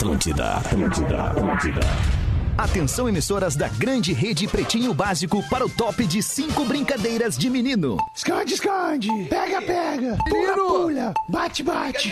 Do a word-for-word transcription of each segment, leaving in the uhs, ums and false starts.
Atlântida, Atlântida, Atlântida. Atenção, emissoras da grande rede Pretinho Básico para o top de cinco brincadeiras de menino. Esconde, esconde. Pega, pega. Pula, pula. Bate, bate.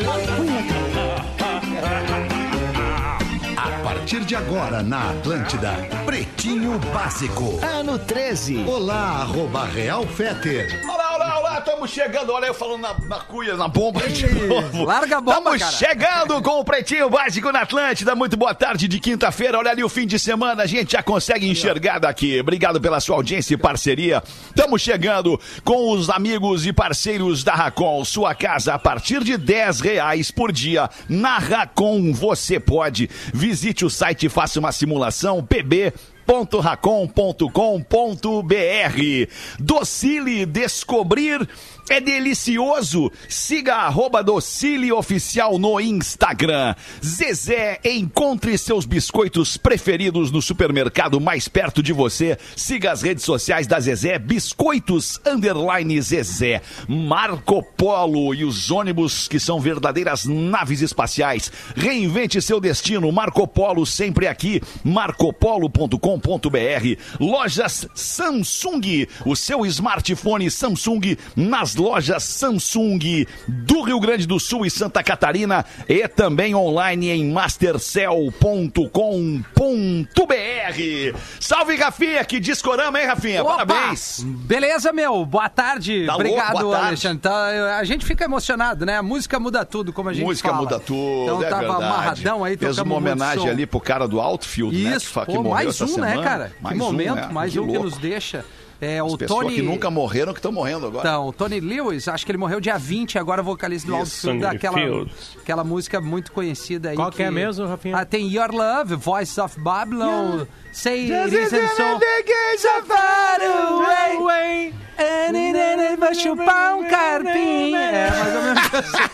A partir de agora, na Atlântida, Pretinho Básico. Ano treze. Olá, arroba Real Fetter. Olá, olá, olá, estamos chegando, olha eu falando na, na cuia, na bomba de novo. Larga a bomba, Estamos cara. chegando com o Pretinho Básico na Atlântida, muito boa tarde de quinta-feira, olha ali o fim de semana, a gente já consegue enxergar daqui, obrigado pela sua audiência e parceria. Estamos chegando com os amigos e parceiros da Racon, sua casa a partir de dez reais por dia. Na Racon você pode, visite o site e faça uma simulação, p b ponto racon ponto com ponto b r. Docile Descobrir é delicioso. Siga arroba Docile Oficial no Instagram. Zezé, encontre seus biscoitos preferidos no supermercado mais perto de você. Siga as redes sociais da Zezé, Biscoitos Underline Zezé. Marco Polo e os ônibus que são verdadeiras naves espaciais. Reinvente seu destino. Marco Polo sempre aqui. marcopolo ponto com ponto b r. Lojas Samsung, o seu smartphone Samsung nas lojas Samsung do Rio Grande do Sul e Santa Catarina e também online em mastercell ponto com ponto b r. Salve, Rafinha, que discorama, hein, Rafinha? Opa! Parabéns. Beleza, meu? Boa tarde. Tá Obrigado, louco, boa tarde. Alexandre. Tá, a gente fica emocionado, né? A música muda tudo, como a gente Música fala. muda tudo, Então é tava verdade. amarradão aí, Fez tocamos uma muito homenagem som. ali pro cara do Outfield, né? Isso, Que, que pô, morreu mais essa um, semana. né, cara? Mais que um, momento, né? mais Que um que louco. nos deixa. É, As o pessoas Tony... que nunca morreram que estão morrendo agora. Então, o Tony Lewis, acho que ele morreu dia vinte, agora vocalista do Isso, Outfield, daquela aquela música muito conhecida aí. Qual que é mesmo, Rafinha? Ah, tem Your Love, Voice of Babylon, yeah. Say It This Isn't is So, so far away, and it ain't vai chupar um carpim. É, mais ou menos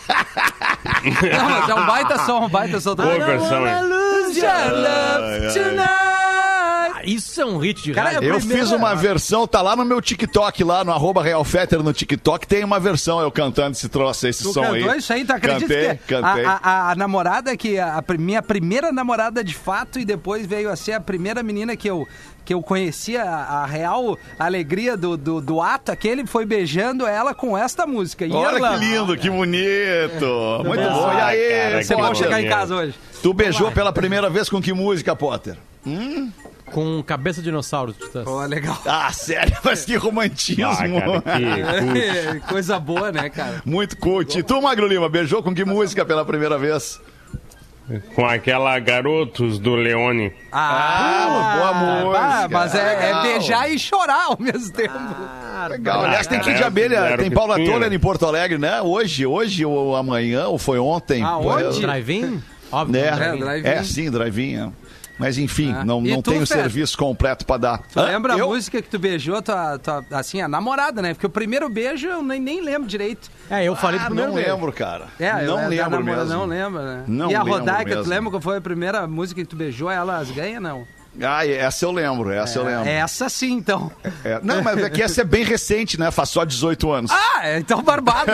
assim. Não, mas é um baita som, um baita som. Boa versão, hein? Lose your love tonight. Isso é um hit de Cara, rádio. Eu primeira- fiz uma versão, tá lá no meu TikTok, lá no arroba Real Fetter no TikTok, tem uma versão eu cantando esse troço, esse Tu som aí. cantou isso aí? Tu acredita Cantei, que cantei. A, a, a namorada que... A, a minha primeira namorada de fato e depois veio a ser a primeira menina que eu, que eu conhecia, a, a real alegria do, do, do ato aquele, foi beijando ela com esta música. Olha Your que Love. lindo, que bonito. Muito bem. bom. E Ah, aí, cara, Você que pode bom. chegar em casa hoje. tu beijou pela primeira vez com que música, Potter? Com cabeça de dinossauro. Titãs. Pô, legal. Ah, sério? Mas que romantismo. Ah, cara, que curto. Coisa boa, né, cara? Muito cult. E tu, Magro Lima, beijou com que música pela primeira vez? Com aquela Garotos do Leone. Ah, uma boa música. Ah, mas é, é Legal. beijar e chorar ao mesmo tempo. Legal. Aliás, tem cara, Kid de Abelha, era tem o que Paula tinha, Toller né? em Porto Alegre, né? Hoje, hoje ou amanhã, ou foi ontem. Aonde? Pô, Drive-in? Óbvio. É, É, drive-in. é, sim, drive-in. é. Mas enfim, Ah. não, E não tu, tenho Fed? serviço completo pra dar. Tu Hã? lembra a Eu? música que tu beijou, tua, tua, assim, a namorada, né? Porque o primeiro beijo eu nem, nem lembro direito. É, eu falei do Ah, primeiro não beijo. lembro, cara. É, eu- não é, da lembro namorada, mesmo. Não lembra, né? Não e a lembro Rodaica, mesmo. tu lembra qual foi a primeira música que tu beijou? Elas ganham, não? Ah, essa eu lembro, essa eu lembro. É essa sim, então. É, não, mas é que essa é bem recente, né? Faz só dezoito anos. Ah, então barbada.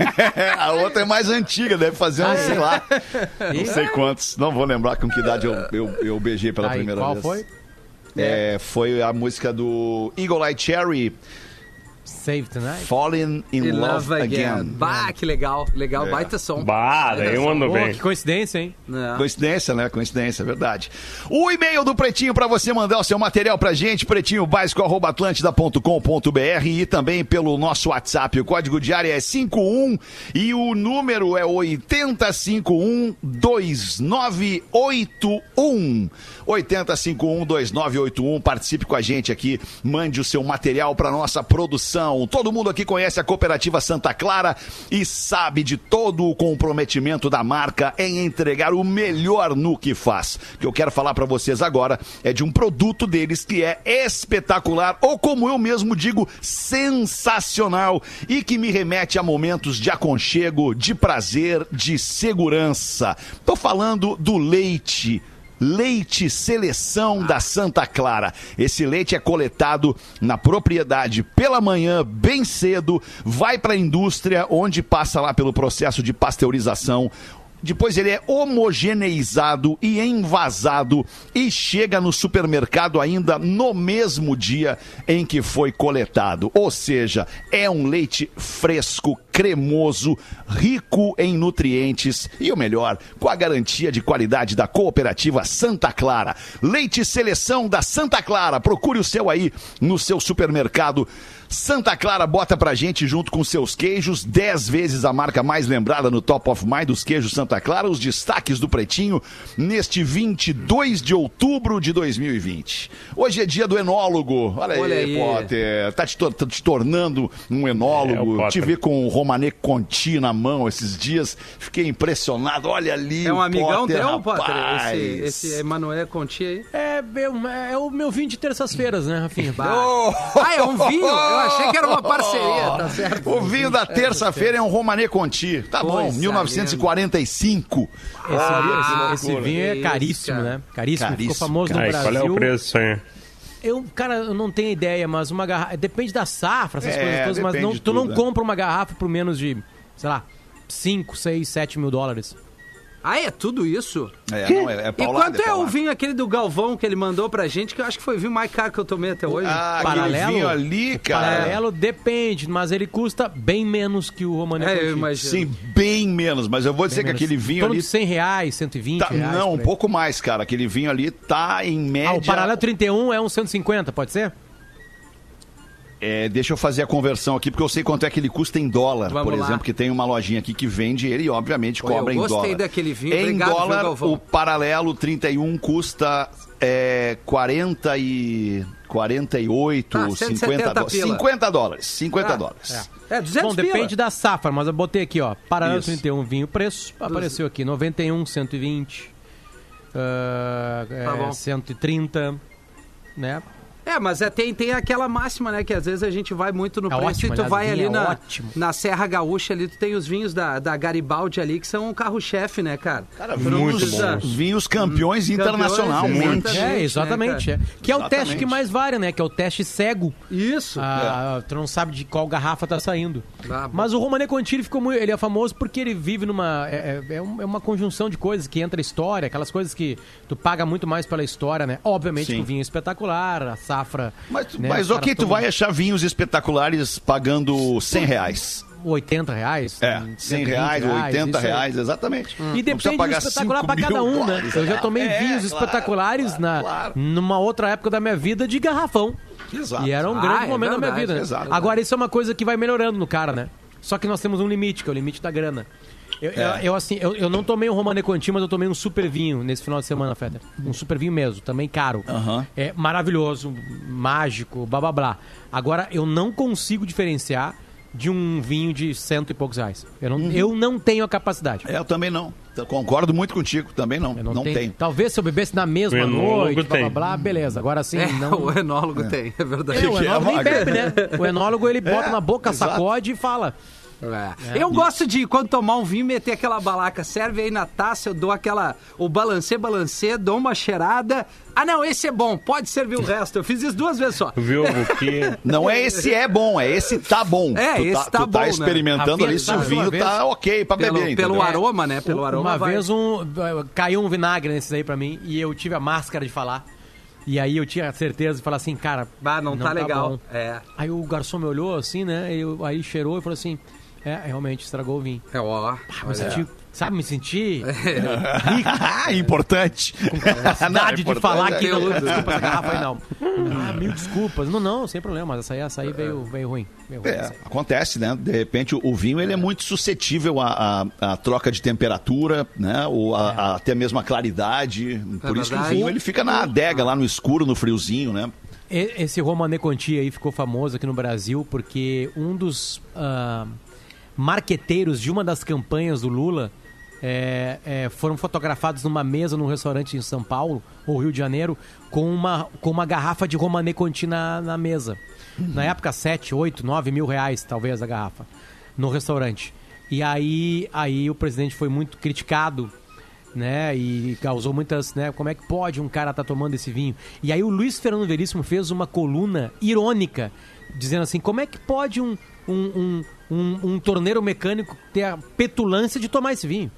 A outra é mais antiga, deve fazer uns, sei lá, não sei quantos. Não vou lembrar com que idade eu, eu, eu beijei pela Aí, primeira qual vez. foi? É, foi a música do Eagle Eye Cherry, Save Tonight. Falling in Love, Again. Bah, que legal. Legal, baita som. Bah, daí eu ando Pô, bem. que coincidência, hein? É. Coincidência, né? Coincidência, é verdade. O e-mail do Pretinho pra você mandar o seu material pra gente, pretinho básico arroba atlântida ponto com ponto b r e também pelo nosso WhatsApp. O código de área é cinco um e o número é oito zero cinco um dois nove oito um. oito zero cinco um dois nove oito um. Participe com a gente aqui, mande o seu material pra nossa produção. Todo mundo aqui conhece a Cooperativa Santa Clara e sabe de todo o comprometimento da marca em entregar o melhor no que faz. O que eu quero falar pra vocês agora é de um produto deles que é espetacular, ou como eu mesmo digo, sensacional, e que me remete a momentos de aconchego, de prazer, de segurança. Tô falando do leite. Leite Seleção da Santa Clara. Esse leite é coletado na propriedade pela manhã, bem cedo, vai para a indústria, onde passa lá pelo processo de pasteurização. depois ele é homogeneizado e envasado e chega no supermercado ainda no mesmo dia em que foi coletado. Ou seja, é um leite fresco, cremoso, rico em nutrientes e o melhor, com a garantia de qualidade da cooperativa Santa Clara. Leite Seleção da Santa Clara. Procure o seu aí no seu supermercado. Santa Clara bota pra gente junto com seus queijos, dez vezes a marca mais lembrada no Top of Mind dos queijos Santa Clara, os destaques do Pretinho neste vinte e dois de outubro de dois mil e vinte. Hoje é dia do enólogo. Olha, Olha aí, aí, Potter. Tá te, tor- tá te tornando um enólogo. É, te vi com o Romané Conti na mão esses dias. Fiquei impressionado. Olha ali. É um amigão Potter, teu, Potter? rapaz. Esse, esse Emanuel Conti aí? É, é, é o meu vinho de terças-feiras, né, Rafinha? Ah, é um vinho? Eu achei que era uma parceria, tá certo? O vinho da terça-feira é um Romané Conti. Tá bom, Coisa mil novecentos e quarenta e cinco. Esse, Ah, esse- esse vinho é Isso, caríssimo, cara. né? Caríssimo, Caríssimo, ficou famoso no Ai, Brasil. qual é o preço aí? Eu, cara, eu não tenho ideia, mas uma garrafa... Depende da safra, essas É, coisas todas, mas depende não, de tu não tudo, né? compra uma garrafa por menos de, sei lá, cinco, seis, sete mil dólares. Ah, é tudo isso? É, não, é, é E paulada, quanto é o paulada. vinho aquele do Galvão que ele mandou pra gente, que eu acho que foi o vinho mais caro que eu tomei até hoje? Ah, Paralelo? aquele vinho ali, cara. Paralelo depende, mas ele custa bem menos que o Romané É, eu Conti. imagino. Sim, bem menos, mas eu vou dizer Bem que menos. aquele vinho Em torno ali... de cem reais, cento e vinte tá- reais. não, por um aí. pouco mais, cara. Aquele vinho ali tá em média... Ah, o Paralelo trinta e um é uns cento e cinquenta, pode ser? É, deixa eu fazer a conversão aqui, porque eu sei quanto é que ele custa em dólar, Vamos por lá. exemplo, que tem uma lojinha aqui que vende ele e, obviamente, Pô, eu cobra em gostei dólar. daquele vinho. Em Obrigado, viu, dólar, Galvão? o Paralelo trinta e um custa é, quarenta e... quarenta e oito, Tá, cento e cinquenta, setenta dó- pila. cinquenta dólares. cinquenta Ah, dólares. É, duzentos Bom, depende pila. da safra, mas eu botei aqui, ó. Paralelo Isso. trinta e um, vinho, preço, apareceu aqui, noventa e um, cento e vinte, ah, é, Tá bom. cento e trinta, né? É, mas é, tem, tem aquela máxima, né? Que às vezes a gente vai muito no É preço ótimo, e tu aliás, vai vinho ali é na, ótimo. na Serra Gaúcha ali, tu tem os vinhos da, da Garibaldi ali, que são um carro-chefe, né, cara? Cara, Tu não muito precisa- bons. Vinhos campeões internacionalmente. exatamente. É, exatamente. né, é. Que é o Exatamente. teste que mais vale, né? Que é o teste cego. Isso. Ah, Tu não sabe de qual garrafa tá saindo. Ah, bom. Mas o Romané Conti, ele ficou muito, ele é famoso porque ele vive numa é, é, é um- é uma conjunção de coisas que entra a história, aquelas coisas que tu paga muito mais pela história, né? Obviamente Sim. que o vinho é espetacular, a safra. Mas, né, mas os ok, caras tu tomam vai achar vinhos espetaculares pagando cem reais. oitenta reais. É, cento e cem vinte reais, oitenta isso aí. reais, exatamente. E Não precisa depende do pagar espetacular cinco pra cada mil um, né? dólares. Eu já tomei É, vinhos claro, espetaculares claro, na, claro. numa outra época da minha vida de garrafão. Exato. E era um Ah, grande é momento da minha verdade, vida. né? exato. Agora, isso é uma coisa que vai melhorando no cara, né? Só que nós temos um limite, que é o limite da grana. Eu, eu, É. eu, assim, eu, eu não tomei um Romané Conti, mas eu tomei um super vinho nesse final de semana, Feder. Um super vinho mesmo, também caro. Aham. É maravilhoso, mágico, blá blá blá. Agora, eu não consigo diferenciar de um vinho de cento e poucos reais. Eu não, eu não tenho a capacidade. É, eu também não. Eu concordo muito contigo, também não. Eu Não, não, tenho. tenho. Talvez se eu bebesse na mesma O enólogo noite, blá, blá, tem. blá, beleza. Agora sim, É, não... o enólogo tem, é verdade. É, o enólogo nem É, bebe, né? O enólogo, ele bota É, na boca, exato. sacode e fala. É. Eu gosto de, quando tomar um vinho, meter aquela balaca. Serve aí na taça, eu dou aquela... O balancê, balancê, dou uma cheirada. Ah, não, esse é bom, pode servir o resto. Eu fiz isso duas vezes só. Viu o que? Não é esse é bom, é esse tá bom. É, tu esse tá, tá tu bom, tá né? experimentando Rafinha, ali se o sabe, uma vinho vez- tá ok pra Pelo, beber, pelo entendeu? aroma, né? Pelo aroma Uma vai. vez um, caiu um vinagre nesses aí pra mim e eu tive a máscara de falar. E aí eu tinha certeza de falar assim, cara... Ah, não, tá legal. bom. É. Aí o garçom me olhou assim, né? Eu, aí cheirou e falou assim... É, realmente estragou o vinho. É, ó. Me olha. senti, sabe, me senti Ah, importante. com capacidade Não, de falar importante que é não, isso. desculpa essa garrafa aí não. Ah, mil desculpas. Não, não, sem problema, mas essa aí, essa aí veio, veio ruim. Veio ruim É, essa aí. acontece, né? De repente o, o vinho ele é muito suscetível à, à- à troca de temperatura, né? Ou a- a- até mesmo a claridade. Por isso que o verdade. vinho ele fica na adega, lá no escuro, no friozinho, né? E- Esse Romané Conti aí ficou famoso aqui no Brasil porque um dos ah, marqueteiros de uma das campanhas do Lula é, é, foram fotografados numa mesa num restaurante em São Paulo, ou Rio de Janeiro, com uma, com uma garrafa de Romané Conti na, na mesa. Na época, sete, oito, nove mil reais, talvez, a garrafa, no restaurante. E aí, aí o presidente foi muito criticado, né, e causou muitas, né, como é que pode um cara estar tomando esse vinho? E aí o Luiz Fernando Veríssimo fez uma coluna irônica, dizendo assim, como é que pode um, um, um, um, um torneiro mecânico ter a petulância de tomar esse vinho?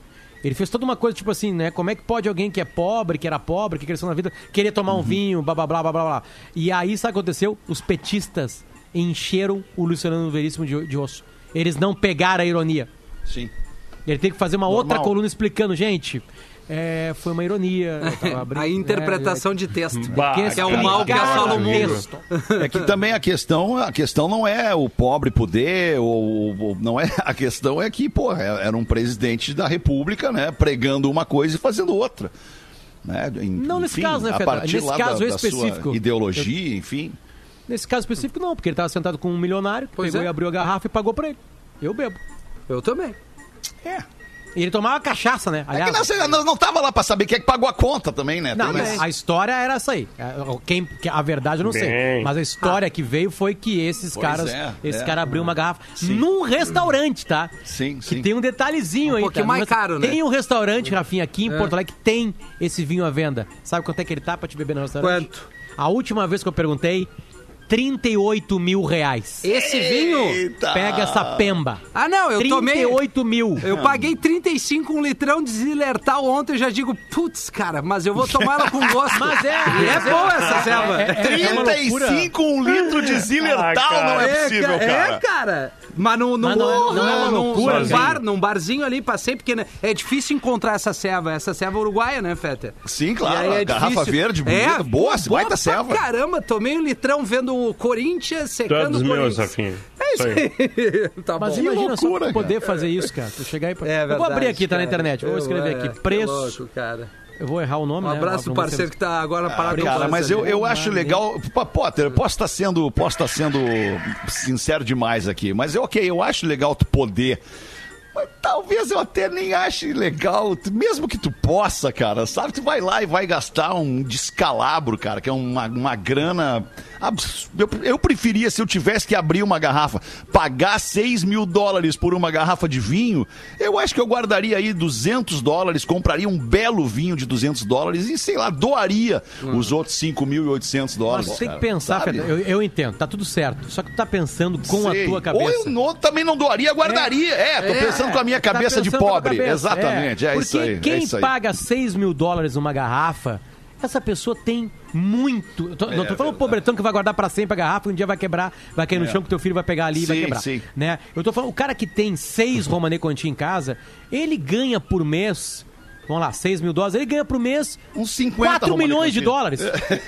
Ele fez toda uma coisa, tipo assim, né? Como é que pode alguém que é pobre, que era pobre, que cresceu na vida, querer tomar um vinho, blá, blá, blá, blá, blá, blá. E aí, sabe o que aconteceu? Os petistas encheram o Luciano Veríssimo de, de osso. Eles não pegaram a ironia. Sim. Ele tem que fazer uma Normal. outra coluna explicando, gente... É, foi uma ironia. Eu tava abrindo, A interpretação né, de texto. Bah, que é o mal que assola o mundo. É que também a questão, a questão não é o pobre poder, ou, ou não é, a questão é que, pô, era um presidente da República, né, pregando uma coisa e fazendo outra. Né? Não nesse caso, né, a Feta? partir Nesse lá caso da, da específico. sua ideologia, enfim. Nesse caso específico, não, porque ele tava sentado com um milionário, Pois pegou é. e abriu a garrafa e pagou pra ele. Eu bebo. Eu também. É. E ele tomava cachaça, né? É Aliás, que não, você não, não tava lá pra saber quem é que pagou a conta também, né? Não, Tem mas esse- a história era essa aí. É, Quem, que- a verdade eu não sei. Bem. Mas a história que veio foi que esses Pois caras. é, esse é. cara abriu uma garrafa Sim. num restaurante, tá? Sim, Que sim. tem um detalhezinho Um aí. pouquinho tá? mais Mas caro, né? Tem um restaurante, Rafinha, aqui em É. Porto Alegre que tem esse vinho à venda. Sabe quanto é que ele tá pra te beber no restaurante? Quanto? A última vez que eu perguntei, trinta e oito mil reais. Esse vinho... Eita! Pega essa pemba. Ah, não, eu tomei... trinta e oito mil. Eu paguei trinta e cinco um litrão de Zilertal ontem, eu já digo, putz, cara, mas eu vou tomar ela com gosto. Mas é- E é boa essa selva. é- é- uma trinta e cinco um litro de Zilertal, Ah, cara. não é possível, ca- cara. É, cara. Mas no, no, Mas não é- não é uma num- loucura, num assim. bar, num barzinho ali, passei, porque né, é difícil encontrar essa selva. Essa selva uruguaia, né, Fetter? Sim, E claro, aí é a garrafa difícil. verde, bonita, boa, pô, baita pra selva. Caramba, tomei um litrão vendo o Corinthians secando Todos o meus, Corinthians. Rafinha. É isso aí. Tá Mas bom. imagina só loucura, tu poder fazer isso, cara. Tu chegar e... É eu vou verdade, abrir aqui, tá na cara. internet. Eu vou escrever É, aqui. que Preço... louco, cara. Eu vou errar o nome, Um né? abraço pro Não vou parceiro ser- que tá agora parado. Cara, com mas eu, eu Mano, acho né? legal. Pô, Potter, eu posso estar sendo, posso estar sendo sincero demais aqui, mas eu, ok, eu acho legal tu poder. Mas talvez eu até nem ache legal, tu- mesmo que tu possa, cara, sabe? Tu vai lá e vai gastar um descalabro, cara, que é uma, uma grana. abs- Eu, eu preferia, se eu tivesse que abrir uma garrafa, pagar seis mil dólares por uma garrafa de vinho, eu acho que eu guardaria aí duzentos dólares, compraria um belo vinho de duzentos dólares e, sei lá, doaria os outros cinco mil e oitocentos dólares. Mas tu tem que cara, pensar, sabe? Feta, eu, eu entendo, tá tudo certo. Só que tu tá pensando com Sei. a tua cabeça. Ou eu não- também não doaria, guardaria. É, tô É, pensando com a minha tá cabeça de pensando com a pobre. cabeça, Exatamente, é, Porque isso aí. quem é isso aí. paga seis mil dólares numa garrafa, essa pessoa tem muito. Eu tô- não tô falando o pobretão que vai guardar pra sempre a garrafa e um dia vai quebrar, vai cair no chão que teu filho vai pegar ali e vai Sim, quebrar. sim. Né? Eu tô falando, o cara que tem seis Romanée Conti em casa, ele ganha por mês. Vamos lá, seis mil dólares, ele ganha por mês Uns cinquenta quatro Romanée milhões de Conti. dólares.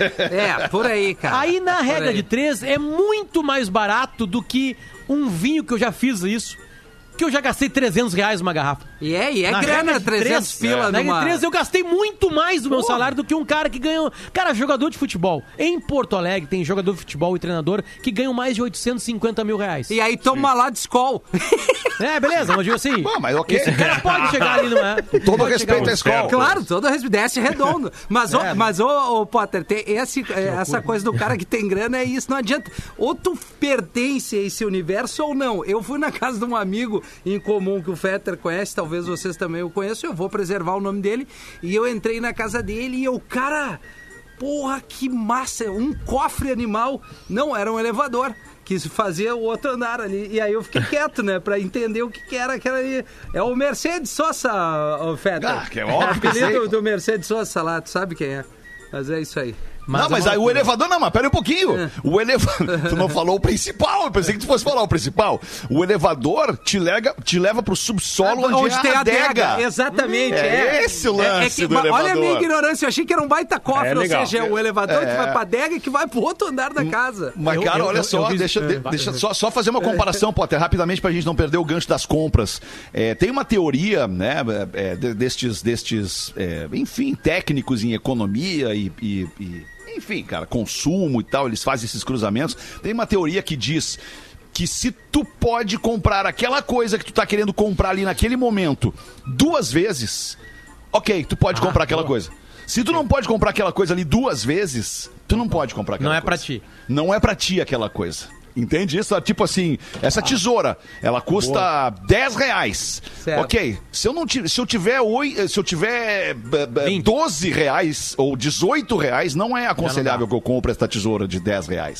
É, por aí, cara. Aí na Por regra aí. de três é muito mais barato do que um vinho que eu já fiz isso. Que eu já gastei trezentos reais numa garrafa. E é, e é Na grana, regra de trezentos três, pila Na regra de numa... três eu gastei muito mais do meu salário do que um cara que ganha... Cara, jogador de futebol. Em Porto Alegre tem jogador de futebol e treinador que ganham mais de oitocentos e cinquenta mil reais. E aí toma lá de escola. É, beleza, mas eu digo assim... Bom, mas ok. Esse cara pode chegar ali, não é? Todo Pode respeito chegar- à escola. Claro, todo respeito, desce redondo. Mas, ô, É, mas ô, ô, Potter, tem esse, é, essa coisa do cara que tem grana é isso, não adianta. Ou tu pertence a esse universo ou não. Eu fui na casa de um amigo em comum que o Fetter conhece, talvez vocês também o conheçam, eu vou preservar o nome dele, e eu entrei na casa dele e eu, cara, porra, que massa, um cofre animal. Não, era um elevador. Que fazia o outro andar ali. E aí eu fiquei quieto, né? Pra entender o que, que era aquela ali. É o Mercedes Sosa, o Fetter. Ah, que é óbvio que O apelido sei. do Mercedes Sosa lá, tu sabe quem é. Mas é isso aí. Mas não, mas é aí uma- o elevador, não, mas pera um pouquinho. O elevador, tu não falou o principal, eu pensei que tu fosse falar o principal. O elevador te leva, te leva pro subsolo Ah, onde, é a adega. Exatamente. É é esse o lance do mas Olha a elevador. minha ignorância, eu achei que era um baita cofre, É ou legal. seja, é o elevador que É. vai pra adega e que vai pro outro andar da casa. Mas, Eu- cara, eu- olha eu- só, eu vi- deixa, de- é. deixa só, só fazer uma comparação, Potter, rapidamente, pra gente não perder o gancho das compras. É, tem uma teoria, né, é, de- destes, destes é, enfim, técnicos em economia e, e- e, enfim, cara, consumo e tal, eles fazem esses cruzamentos. Tem uma teoria que diz que se tu pode comprar aquela coisa que tu tá querendo comprar ali naquele momento duas vezes, ok, tu pode Ah, comprar aquela boa. coisa. Se tu não pode comprar aquela coisa ali duas vezes, tu não pode comprar aquela Não é coisa. pra ti. Não é pra ti aquela coisa. Entende isso? Tipo assim, essa tesoura, ela custa dez reais. Certo. Ok, se eu, não, ti- se eu tiver, oi- se eu tiver b- b- vinte. doze reais ou dezoito reais, não é aconselhável que eu compre esta tesoura de dez reais.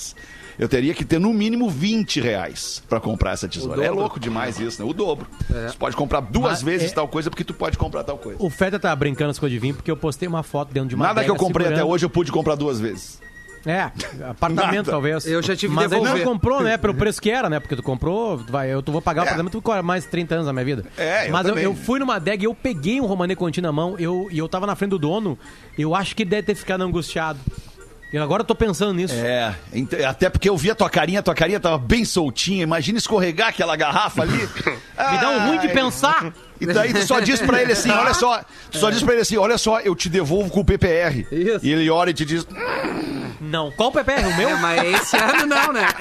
eu teria que ter no mínimo vinte reais pra comprar essa tesoura. É louco demais isso, né? O dobro. É. Você pode comprar duas Mas vezes é... tal coisa porque tu pode comprar tal coisa. O Feta tá brincando com o de vinho porque eu postei uma foto dentro de uma Nada que eu comprei segurando... até hoje eu pude comprar duas vezes. É, apartamento Nada. talvez. Eu já tive que Mas devolver. ele não comprou, né? Pelo preço que era, né? Porque tu comprou, tu vai, eu tu vou pagar o É. apartamento por mais trinta anos da minha vida. É, eu Mas eu, também. eu fui numa adega e eu peguei um Romanée Conti na mão eu, e eu tava na frente do dono. Eu acho que ele deve ter ficado angustiado. E agora eu tô pensando nisso. É, ent- até porque eu vi a tua carinha, a tua carinha tava bem soltinha. Imagina escorregar aquela garrafa ali. Me dá um ruim de Ai. pensar. E daí tu só diz pra ele assim, olha só, tu só diz pra ele assim, olha só, eu te devolvo com o P P R. Isso. E ele olha e te diz, Não. Qual o P P R? O meu? É, mas esse ano não, né?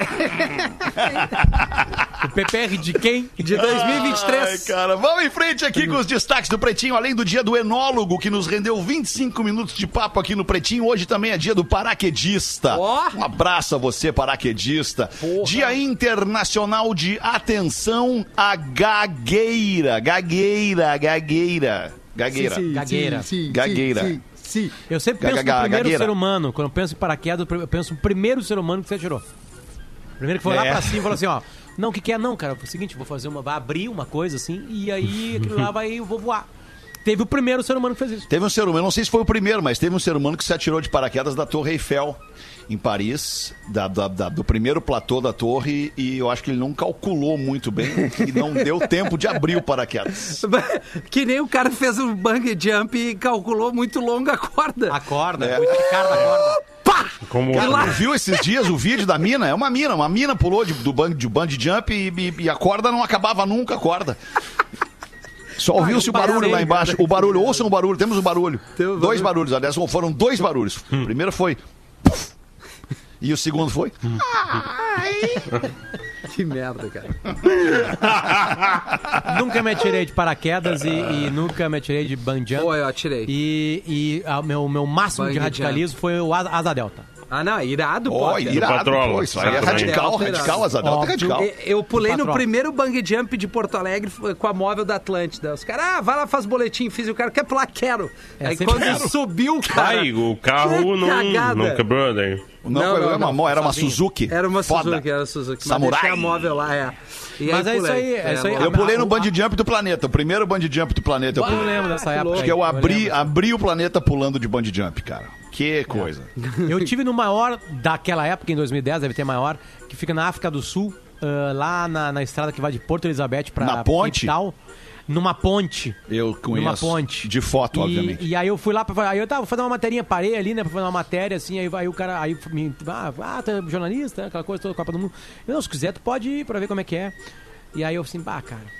O P P R de quem? De dois mil e vinte e três. ai, cara, vamos em frente aqui com os destaques do Pretinho, além do dia do enólogo, que nos rendeu vinte e cinco minutos de papo aqui no Pretinho, hoje também é dia do paraquedista. Ó. Um abraço a você, paraquedista. Porra. Dia Internacional de Atenção à Gagueira. Gagueira, gagueira. Gagueira. Gagueira. Gagueira. Sim, sim. Eu sempre penso Gaga- no primeiro gagueira. ser humano. Quando eu penso em paraquedas, eu penso no primeiro ser humano que você tirou. Primeiro que foi lá É. pra cima e falou assim, ó. Não, o que que é? Não, cara. É o seguinte, vou fazer uma... Vai abrir uma coisa assim e aí aquilo lá vai... Eu vou voar. Teve o primeiro ser humano que fez isso. Teve um ser humano, não sei se foi o primeiro, mas teve um ser humano que se atirou de paraquedas da Torre Eiffel, em Paris, da, da- da- do primeiro platô da torre, e eu acho que ele não calculou muito bem e não deu tempo de abrir o paraquedas. Que nem o cara fez um bungee jump e calculou muito longa a corda. A corda, É. o esticar da corda. Pá! Como Cara, tu viu esses dias o vídeo da mina? É uma mina, uma mina pulou de, do bungee, de bungee jump e, e- e a corda não acabava nunca, a corda. Só ouviu-se o barulho lá embaixo. O barulho, ouçam o barulho, temos o barulho. Tem o Dois barulho. barulhos, aliás, foram dois barulhos. O primeiro foi... puf, e o segundo foi... Que merda, cara. Nunca me atirei de paraquedas e, e nunca me atirei de bungee jump. Pô, eu atirei. E, e o meu, meu máximo Bungee de radicalismo foi o asa, asa delta. Ah, não, irado, Ó, pô. irado, Patrola. pô, isso aí é Asa radical, Delta, radical, irado. asa delta é Óbvio. radical. Eu- Eu pulei no Patrão. primeiro bungee jump de Porto Alegre f- com a móvel da Atlântida. Os caras, ah, vai lá, faz boletim, fiz e o cara, quer pular? Quero. É, Aí sempre quando quero. subiu, cara... Ai, o carro que não, cagada. não quebrou daí. Não, Não, foi não, uma, não, era uma sozinho. Suzuki. Era uma Foda. Suzuki, era Suzuki. Samurai. Mas deixei a móvel lá, é. E Mas aí é isso pulei. aí, é isso aí. móvel. Eu pulei no A- bungee jump do planeta, o primeiro bungee jump do planeta. Eu Eu não pulei. lembro dessa que época. louco. Que eu abri, lembro. abri o planeta pulando de bungee jump, cara. Que coisa. Eu tive no maior daquela época, em dois mil e dez, deve ter maior, que fica na África do Sul, ah, lá na, na estrada que vai de Porto Elizabeth pra Na ponte? Capital, numa ponte. Eu conheço. Numa ponte. De foto, E- obviamente. E aí eu fui lá pra aí eu tava, vou fazer uma materinha, parei ali, né, pra fazer uma matéria, assim, aí, aí o cara, aí me, ah, ah, tu é jornalista, aquela coisa toda, Copa do Mundo. Eu, não, se quiser, tu pode ir pra ver como é que é. E aí eu assim, bah, cara,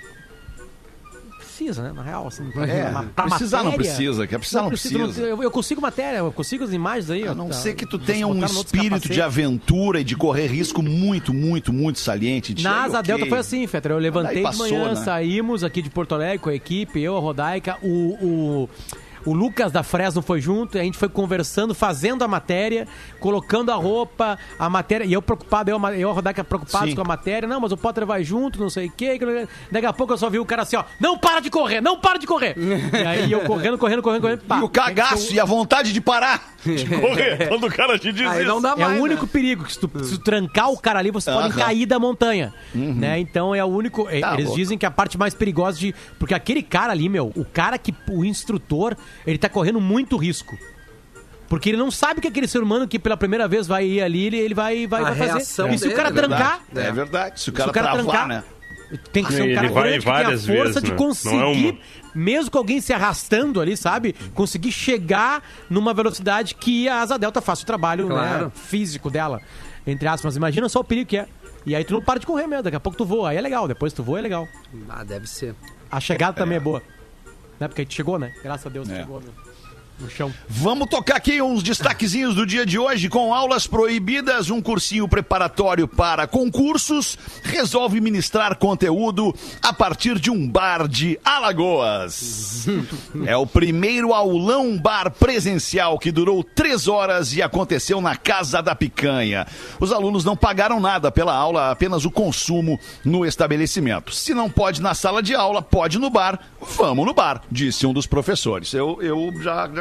precisa, né, na real, assim, pra, É, pra- pra precisar não matéria. precisa, que precisar não preciso, precisa. eu, eu consigo matéria, eu consigo as imagens aí. A não tá, ser que tu vocês tenha um botaram no outro espírito capacete. de aventura e de correr risco muito, muito, muito saliente. De Na aí, Asa ok. Delta foi assim, Fetter. Eu levantei Daí passou, de manhã, né? saímos aqui de Porto Alegre com a equipe, eu, a Rodaica, o, o, o Lucas da Fresno foi junto, e a gente foi conversando, fazendo a matéria, colocando a roupa, a matéria, e eu preocupado, eu, eu a Rodaica preocupados Sim. com a matéria, não, mas o Potter vai junto, não sei o quê. Daqui a pouco eu só vi o cara assim, ó, não para de correr, não para de correr. E aí eu correndo, correndo, correndo, correndo, pá. E o cagaço e a vontade de parar de correr. Quando o cara te diz Aí isso. não dá É mais, o único né? perigo, que se tu, se tu trancar o cara ali, vocês podem Aham. cair da montanha, né? Então é o único... e- Tá eles louco. dizem que a parte mais perigosa de... Porque aquele cara ali, meu, o cara que... O instrutor, ele tá correndo muito risco. Porque ele não sabe que aquele ser humano que pela primeira vez vai ir ali, ele, ele vai, vai, A vai fazer. reação E se o dele, cara é trancar... Verdade. É verdade. Se o Se cara, o cara travar, trancar, né? tem que ser um Ele cara vai grande que tem a várias força vezes, de né? conseguir, Não é uma. mesmo com alguém se arrastando ali, sabe? Conseguir chegar numa velocidade que a Asa Delta faça o trabalho, Claro. né, físico dela, entre aspas. Mas imagina só o perigo que é. E aí tu não para de correr mesmo, daqui a pouco tu voa. Aí é legal, depois tu voa é legal. Ah, deve ser. A chegada também é boa. Né? Porque a gente chegou, né? Graças a Deus É. chegou no, no chão. Vamos tocar aqui uns destaquezinhos do dia de hoje com aulas proibidas, um cursinho preparatório para concursos, resolve ministrar conteúdo a partir de um bar de Alagoas. É o primeiro aulão bar presencial que durou três horas e aconteceu na Casa da Picanha. Os alunos não pagaram nada pela aula, apenas o consumo no estabelecimento. Se não pode na sala de aula, pode no bar, vamos no bar, disse um dos professores. Eu, eu já, já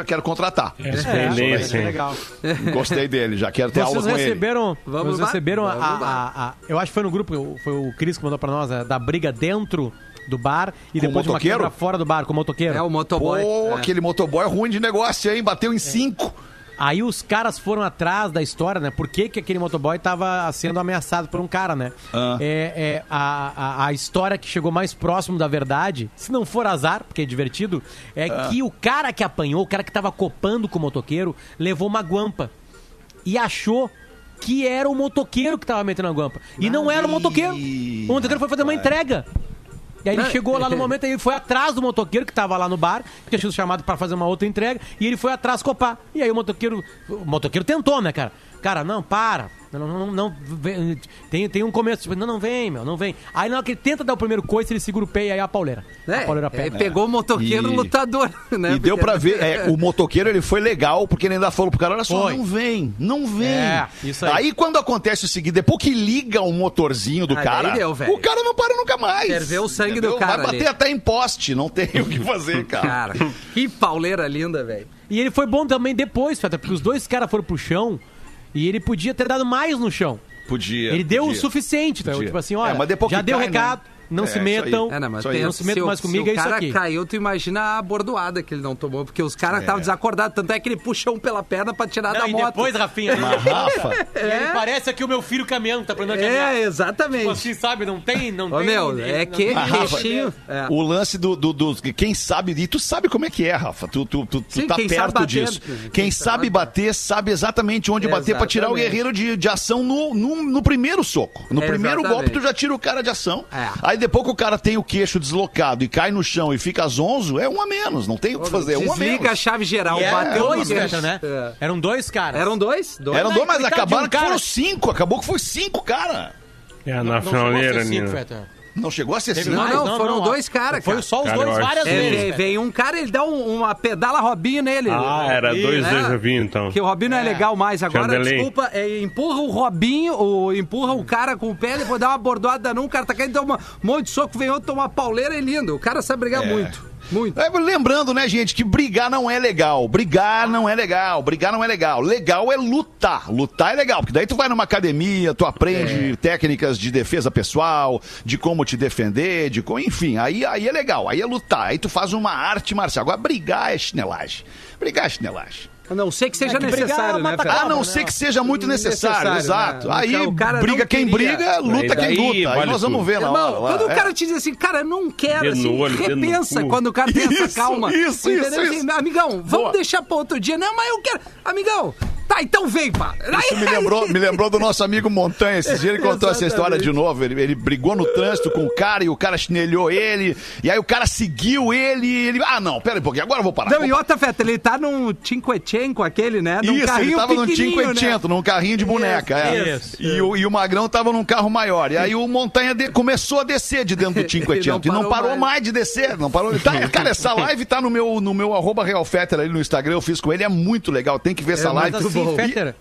quero contratar. É, É, sim. é legal. Gostei dele, já quero ter Vocês aula com ele. receberam, Vamos vocês lá. receberam a, Vamos a- a- eu acho que foi no grupo, foi o Cris que mandou pra nós, a, da briga dentro do bar e Com depois de uma motoqueiro? quebra fora do bar, com o motoqueiro. É o motoboy. Pô, É. aquele motoboy é ruim de negócio, hein? Bateu em cinco. Aí os caras foram atrás da história, né? Por que, que aquele motoboy tava sendo ameaçado por um cara, né? Ah. É, é a, a, a história que chegou mais próximo da verdade, se não for azar, porque é divertido, é Ah. que o cara que apanhou, o cara que tava copando com o motoqueiro, levou uma guampa e achou que era o motoqueiro que tava metendo a guampa. E não era o motoqueiro. O motoqueiro foi fazer uma entrega. E aí ele chegou lá no momento, aí ele foi atrás do motoqueiro que tava lá no bar, que tinha sido chamado pra fazer uma outra entrega, e ele foi atrás copar. E aí o motoqueiro, o motoqueiro tentou, né, cara? Cara, não, para. Não, não, não, não vem. tem, tem um começo, tipo, não, não vem, meu, não vem. Aí na hora que ele tenta dar o primeiro coice, ele segura o pé e aí a pauleira. É, a pauleira aí pega. pegou o motoqueiro E- lutador, né? E deu Porque- pra ver, é, o motoqueiro ele foi legal, porque ele ainda falou pro cara, olha só, Foi. não vem, não vem. É, isso aí. quando acontece o seguinte, depois que liga o motorzinho do Aí cara, daí deu, velho. o cara não para nunca mais. Ferveu o sangue entendeu? do cara Vai bater ali. até em poste, não tem o que fazer, cara. Cara, que pauleira linda, velho. E ele foi bom também depois, Feta, porque os dois caras foram pro chão e ele podia ter dado mais no chão. Podia. Ele deu podia. o suficiente, então, Podia. tipo assim, olha, É, mas depois já que deu cai, recado, né? não É, se isso metam, aí. É, não, mas Isso aí. tem- não se metam o- mais comigo, se é isso o cara aqui. caiu, tu imagina a bordoada que ele não tomou, porque os caras estavam desacordados, tanto é que ele puxou um pela perna pra tirar Não, da e moto. depois, Rafinha, Mas, Rafa, ele parece aqui o meu filho caminhando, tá aprendendo a caminhar. É, exatamente. Tipo assim, sabe, não tem, não Ô, tem... meu, ele- é não que tem- queixinho... É. o lance do, do, do- Quem sabe, e tu sabe como é que é, Rafa. Tu, tu, tu, tu Sim, tá quem sabe perto bater, disso. né? Quem, Quem sabe sabe bater, sabe exatamente onde bater pra tirar o Exatamente. guerreiro de, de ação no, no, no primeiro soco. No primeiro Exatamente. golpe, tu já tira o cara de ação. É. Aí depois que o cara tem o queixo deslocado e cai no chão e fica zonzo, é um a menos. Não tem o que fazer, é um a Desliga a menos. chave geral, E eram bateu dois, no Feta, né? É. Eram dois caras. Eram dois? dois. Eram dois, mas Coitado de acabaram um que cara. foram cinco. Acabou que foi cinco, cara. É, na Não chegou a finaleira, ser cinco, Nina. Feta. Não chegou a ser Teve cinco. Não, mais? não, foram ó. dois caras, Foi cara. só os Cara, dois eu acho várias que É, vezes. vem, Feta. vem um cara, ele dá um- uma pedala Robinho nele. Ah, era dois, É. dois eu vi, então. Que o Robinho não é legal mais. Agora, delay. desculpa, é, empurra o Robinho, ou empurra o cara com o pé, depois dá uma bordoada num, o cara tá querendo dar uma- um monte de soco, vem outro, toma uma pauleira, é lindo. O cara sabe brigar muito. Muito. É, lembrando, né, gente, que brigar não é legal. Brigar não é legal. Brigar não é legal. Legal é lutar. Lutar é legal, porque daí tu vai numa academia, tu aprende técnicas de defesa pessoal, de como te defender, de como, enfim, aí, aí é legal. Aí é lutar. Aí tu faz uma arte marcial. Agora, brigar é chinelagem. Brigar é chinelagem. A não ser que seja É que brigar necessário, é né, mata Fred? A não né? ser que seja muito necessário, Necessário, exato. né? Aí O cara não briga quem queria. briga, luta Aí quem daí luta. Aí vale nós vamos tudo. ver na Irmão, hora. lá. quando o É. cara te diz assim, cara, não quero, Dedo no assim, olho, dedo no repensa cu. quando o cara tem essa Isso, calma. isso, Entendeu? isso, Assim, isso. amigão, vamos Boa. deixar pra outro dia. Não, mas eu quero. Amigão, tá, então vem, pá. Isso me lembrou, me lembrou do nosso amigo Montanha. Esses dias ele contou essa história Exatamente. de novo. Ele, ele brigou no trânsito com o cara e o cara chinelhou ele. E aí o cara seguiu ele e ele... Ah, não, pera aí um pouquinho, agora eu vou parar. Não, Vou e outra, Feta, ele tá num Cinquecento, aquele, né? Num Isso, ele carrinho tava num pequenininho, cinquecento, num carrinho de boneca. é. isso. E, o, e o Magrão tava num carro maior. E aí o Montanha de- começou a descer de dentro do cinquecento. E E não não parou parou mais. mais. de descer. Não parou. Tá, cara, essa live tá no meu, no meu arroba Real Fetter ali no Instagram. Eu fiz com ele, é muito legal. Tem que ver essa Mas live. assim, bom. Fetter,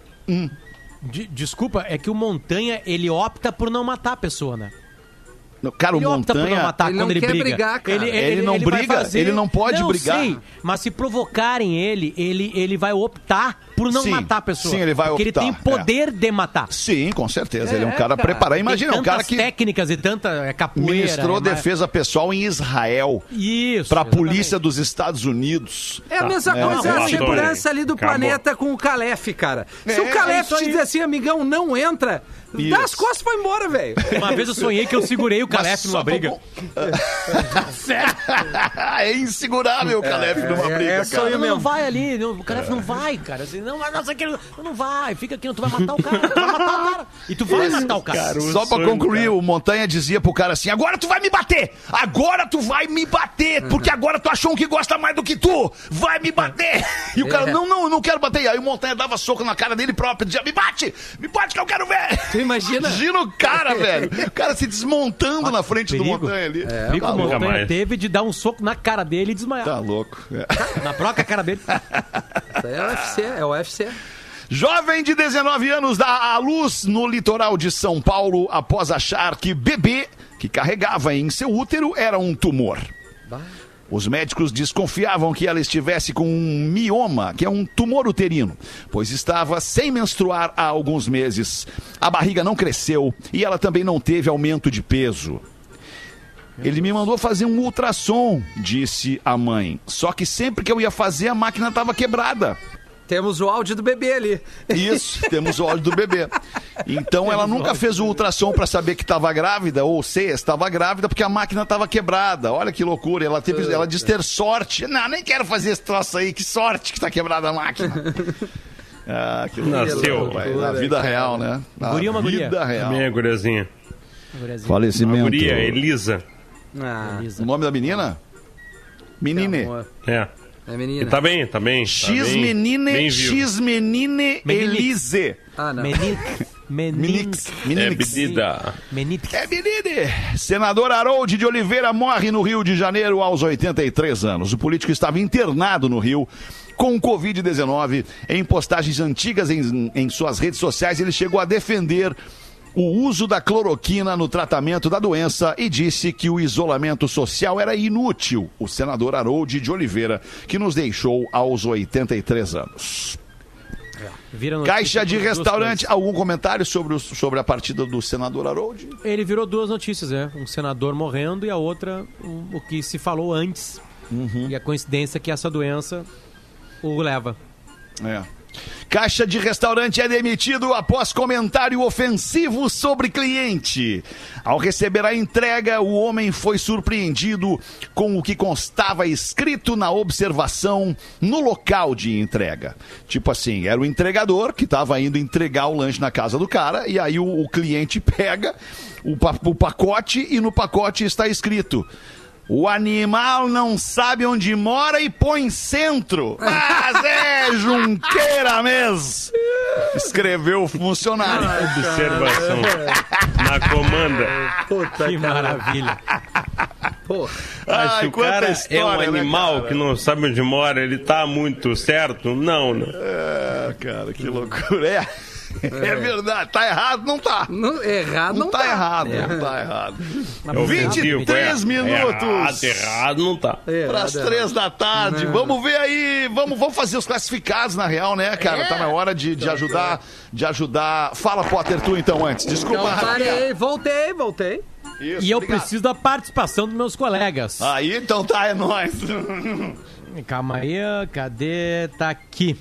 de- desculpa, é que o Montanha, ele opta por não matar a pessoa, né? Cara, o Ele opta por não Montanha... matar Ele quando não ele quer briga. brigar, cara. Ele não vai briga, ele não pode não, brigar. Sei, mas se provocarem ele, ele, ele vai optar por não Sim, matar a pessoa. sim, ele vai porque optar, ele tem poder de matar. Sim, com certeza. ele é um É, cara, cara. preparado. Imagina, tem um cara tantas que técnicas e tanta é, capoeira. ministrou é, mas- defesa pessoal em Israel Isso. pra exatamente. polícia dos Estados Unidos. É a mesma É, coisa a relatório. segurança ali do Acabou. planeta com o Calef, cara. Se É, o Calef é isso te aí. dizer assim, amigão, não entra, Isso. dá as costas e vai embora, velho. Uma vez eu sonhei que eu segurei o Mas Calef só numa pra- briga. é insegurável o Calef numa é, briga, é cara. só eu Não, mesmo. não vai ali, não, o Calef não vai, cara. Assim, não, mas nossa, aquele, não vai, fica aqui, não, tu vai matar o cara, tu vai matar o cara. E tu vai matar o cara. cara, o Só pra sonho do concluir, cara. o Montanha dizia pro cara assim: agora tu vai me bater! Agora tu vai me bater! Porque agora tu achou um que gosta mais do que tu! Vai me bater! E o cara, não, não, eu não quero bater. E aí o Montanha dava soco na cara dele próprio, dizia: me bate! Me bate que eu quero ver! Tu imagina? Imagina o cara, velho! O cara se desmontando na frente do perigo. Montanha ali. O que Tá o louco. Montanha mais. teve de dar um soco na cara dele e desmaiar. Tá louco. É. Na própria cara dele. Isso aí é o U F C, é o U F C. Jovem de dezenove anos dá à luz no litoral de São Paulo após achar que bebê que carregava em seu útero era um tumor. Os médicos desconfiavam que ela estivesse com um mioma, que é um tumor uterino, pois estava sem menstruar há alguns meses. A barriga não cresceu e ela também não teve aumento de peso. Ele me mandou fazer um ultrassom, disse a mãe. Só que sempre que eu ia fazer, a máquina estava quebrada. Temos o áudio do bebê ali. Isso, temos o áudio do bebê. Então ela nunca fez o ultrassom para saber que estava grávida, ou se estava grávida, porque a máquina estava quebrada. Olha que loucura. Ela, teve, ela diz ter sorte. Não, nem quero fazer esse troço aí. Que sorte que está quebrada a máquina. Ah, que loucura. Nasceu. Pai. Na vida real, né? Na Guria uma vida guria. real. Minha guriazinha. Falecimento. A guria, Elisa. Ah, O nome da menina? Menine. É. é menina. E tá bem, tá bem. Tá X-menine, bem, bem vivo. X-menine Elise. Ah, não. Menix. Menix. É Menix. pedida. Menix. É menine! Senador Harold de Oliveira morre no Rio de Janeiro aos oitenta e três anos. O político estava internado no Rio com covid dezenove. Em postagens antigas em, em suas redes sociais, ele chegou a defender o uso da cloroquina no tratamento da doença e disse que o isolamento social era inútil. O senador Harold de Oliveira, que nos deixou aos oitenta e três anos. Caixa de restaurante. Algum comentário sobre, o, sobre a partida do senador Harold? Ele virou duas notícias, né? Um senador morrendo e a outra, um, o que se falou antes. Uhum. E a coincidência é que essa doença o leva. É. Caixa de restaurante é demitido após comentário ofensivo sobre cliente. Ao receber a entrega, o homem foi surpreendido com o que constava escrito na observação no local de entrega. Tipo assim, era o entregador que estava indo entregar o lanche na casa do cara, e aí o, o cliente pega o, o pacote e no pacote está escrito: o animal não sabe onde mora e põe centro. Mas é Junqueira mesmo. Escreveu o funcionário. Observação. Na comanda. Puta, Que maravilha. Pô. Mas Ai, se o quanta cara história, é um né, animal cara? que não sabe onde mora, ele tá muito certo? Não, né? É, cara, que loucura. É. É verdade, tá errado, não tá. Não, errado Não, não, tá, tá errado, É. não tá errado. É ofensivo, vinte e três é. minutos. Errado, errado não tá. Para as três da tarde. Não. Vamos ver aí. Vamos, vamos fazer os classificados, na real, né, cara? Tá na hora de, de ajudar. De ajudar. Fala, Potter, tu então antes. Desculpa, Então, Rafinha. parei, voltei, voltei. Isso, E eu obrigado. preciso da participação dos meus colegas. Aí, então tá, é nóis. Calma aí, cadê? Tá aqui.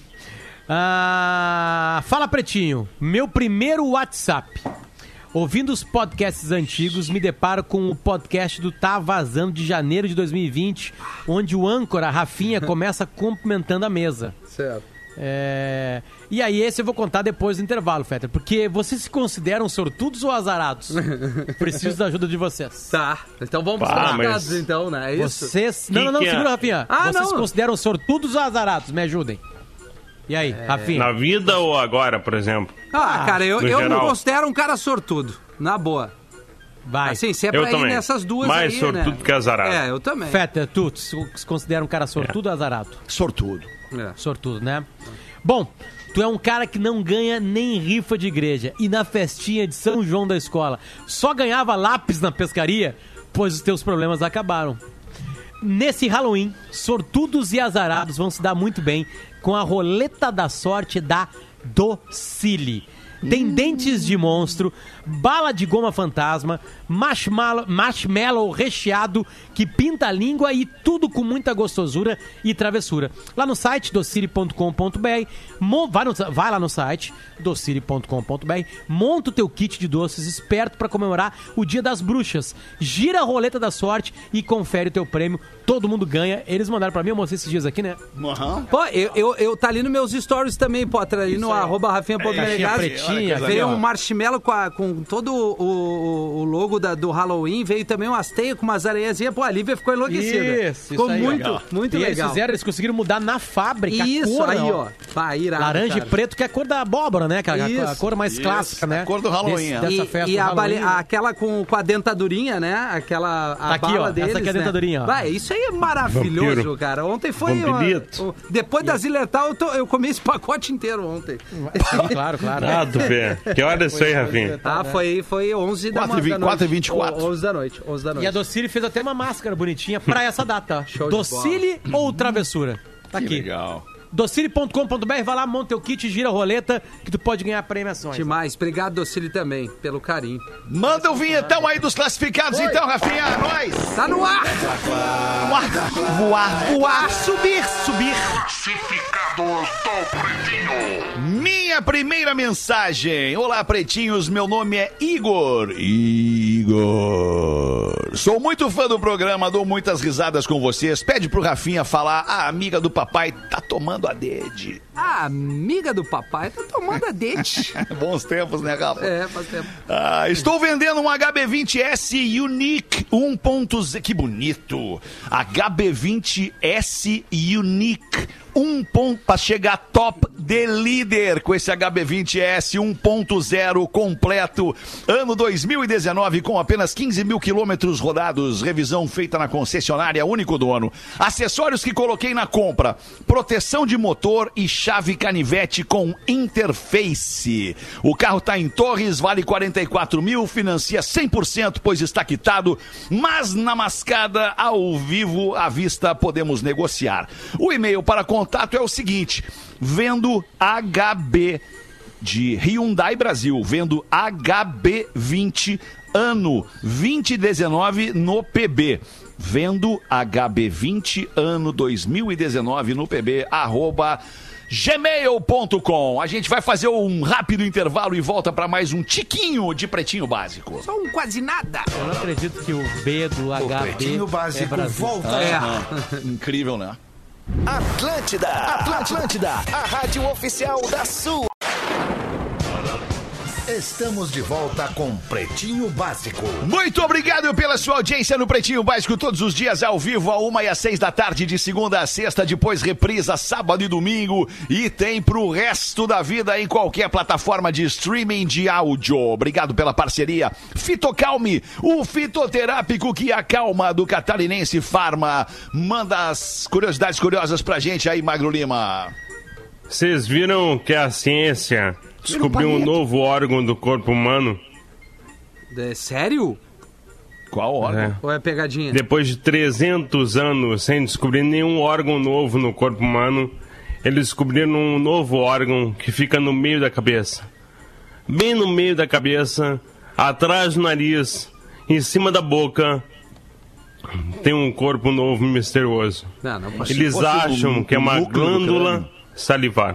Ah, fala, Pretinho. Meu primeiro WhatsApp. Ouvindo os podcasts antigos, me deparo com o podcast do Tá Vazando de janeiro de dois mil e vinte, onde o âncora, Rafinha, começa cumprimentando a mesa. Certo. É... E aí esse eu vou contar depois do intervalo, Fetter, porque vocês se consideram sortudos ou azarados? Preciso da ajuda de vocês. Tá, então vamos pros Pá, classificados, mas- então, né? É isso? Vocês... Que Não, não, não, que é? segura, Rafinha. Ah, vocês não. se consideram sortudos ou azarados? Me ajudem. E aí, Rafinha? Na vida ou agora, por exemplo? Ah, cara, eu, no eu me geral. considero um cara sortudo, na boa. Vai. Assim, se é Eu pra ir também. nessas duas Mais aí, sortudo né? que azarado. É, eu também. Fetter, tu se se considera um cara sortudo ou azarado? Sortudo. É. Sortudo, né? Bom, tu é um cara que não ganha nem rifa de igreja. E na festinha de São João da escola só ganhava lápis na pescaria, pois os teus problemas acabaram. Nesse Halloween, sortudos e azarados vão se dar muito bem com a roleta da sorte da Docile. Tem dentes de monstro, bala de goma fantasma, marshmallow, marshmallow recheado que pinta a língua e tudo com muita gostosura e travessura. Lá no site docile ponto com ponto b r, mo- vai, no- vai lá no site docile ponto com ponto b r, monta o teu kit de doces esperto para comemorar o Dia das Bruxas. Gira a roleta da sorte e confere o teu prêmio. Todo mundo ganha. Eles mandaram pra mim, eu mostrei esses dias aqui, né? Uhum. Pô, eu, eu, eu tá ali nos meus stories também, Potter, ali no arroba rafinha ponto Caixinha menegas. pretinha, Veio ali, ó. um marshmallow com, a- com todo o, o- o logo da- do Halloween, veio também umas teias com umas areiazinhas. Pô, a Lívia ficou enlouquecida. Isso, ficou isso aí, muito, legal. muito e legal. eles fizeram, eles conseguiram mudar na fábrica a Isso cor, aí, né, ó. Pá, irado, Laranja cara. e preto, que é a cor da abóbora, né? Que é a, Isso, a cor mais isso, clássica, né? a cor do Halloween, é. Desse, dessa E, festa e do a Halloween, bale- né? aquela com, com a dentadurinha, né? Aquela a Tá aqui, bala ó, deles, essa aqui é a né? dentadurinha, ó. Vai, isso aí é maravilhoso, Vampiro. cara. Ontem foi... uma- Vampirito. o- depois da Ziletal, eu, tô- eu comi esse pacote inteiro ontem. Sim, claro, claro. Ah, tu vê. Que hora é isso aí, Rafinha? Ah, foi, foi onze da, quatro e vinte, da noite. quatro e vinte e quatro. onze da noite, onze da noite. E a Docile fez até uma máscara bonitinha pra essa data. Show de Docile ou Travessura? Tá Que aqui. legal. docile ponto com ponto b r, vai lá, monta teu kit, gira a roleta, que tu pode ganhar premiações. Demais. Obrigado, Docile, também, pelo carinho. Manda o vinhetão aí dos classificados, então, Rafinha. Nós. Tá no ar! Voar, voar, voar, subir, subir. Minha primeira mensagem. Olá, pretinhos. Meu nome é Igor. Igor. Sou muito fã do programa, dou muitas risadas com vocês. Pede pro Rafinha falar, a amiga do papai tá tomando a dede. A amiga do papai tá tomando a dente. Bons tempos, né, Rafa? É, faz tempo. Ah, estou vendendo um H B vinte S Unique um ponto zero. Que bonito! H B vinte S Unique um ponto para chegar top de líder com esse H B vinte S um ponto zero completo. Ano dois mil e dezenove com apenas quinze mil quilômetros rodados. Revisão feita na concessionária, único dono. Acessórios que coloquei na compra: proteção de motor e chave canivete com interface. O carro está em Torres, vale quarenta e quatro mil, financia cem por cento, pois está quitado, mas na mascada, ao vivo, à vista, podemos negociar. O e-mail para contato é o seguinte: vendo H B de Hyundai Brasil, vendo H B vinte ano vinte dezenove no P B. Vendo H B vinte ano dois mil e dezenove no P B, arroba gmail ponto com. A gente vai fazer um rápido intervalo e volta para mais um tiquinho de Pretinho Básico. Só um quase nada. Eu não acredito que o B do H B Pretinho Básico é Brasil. volta. É. Incrível, né? Atlântida, Atlântida, a rádio oficial da sua. Estamos de volta com Pretinho Básico. Muito obrigado pela sua audiência no Pretinho Básico, todos os dias ao vivo, a uma e às seis da tarde, de segunda a sexta, depois reprisa sábado e domingo, e tem pro resto da vida em qualquer plataforma de streaming de áudio. Obrigado pela parceria. Fitocalme, o fitoterápico que acalma, do Catarinense Farma. Manda as curiosidades curiosas pra gente aí, Magro Lima. Vocês viram que a ciência descobriu um novo órgão do corpo humano? É, sério? Qual órgão? É. Ou é pegadinha? Depois de trezentos anos sem descobrir nenhum órgão novo no corpo humano, eles descobriram um novo órgão que fica no meio da cabeça. Bem no meio da cabeça, atrás do nariz, em cima da boca, tem um corpo novo e misterioso. Não, não pode. Eles fosse acham o- que é o uma núcleo do glândula crânio. salivar.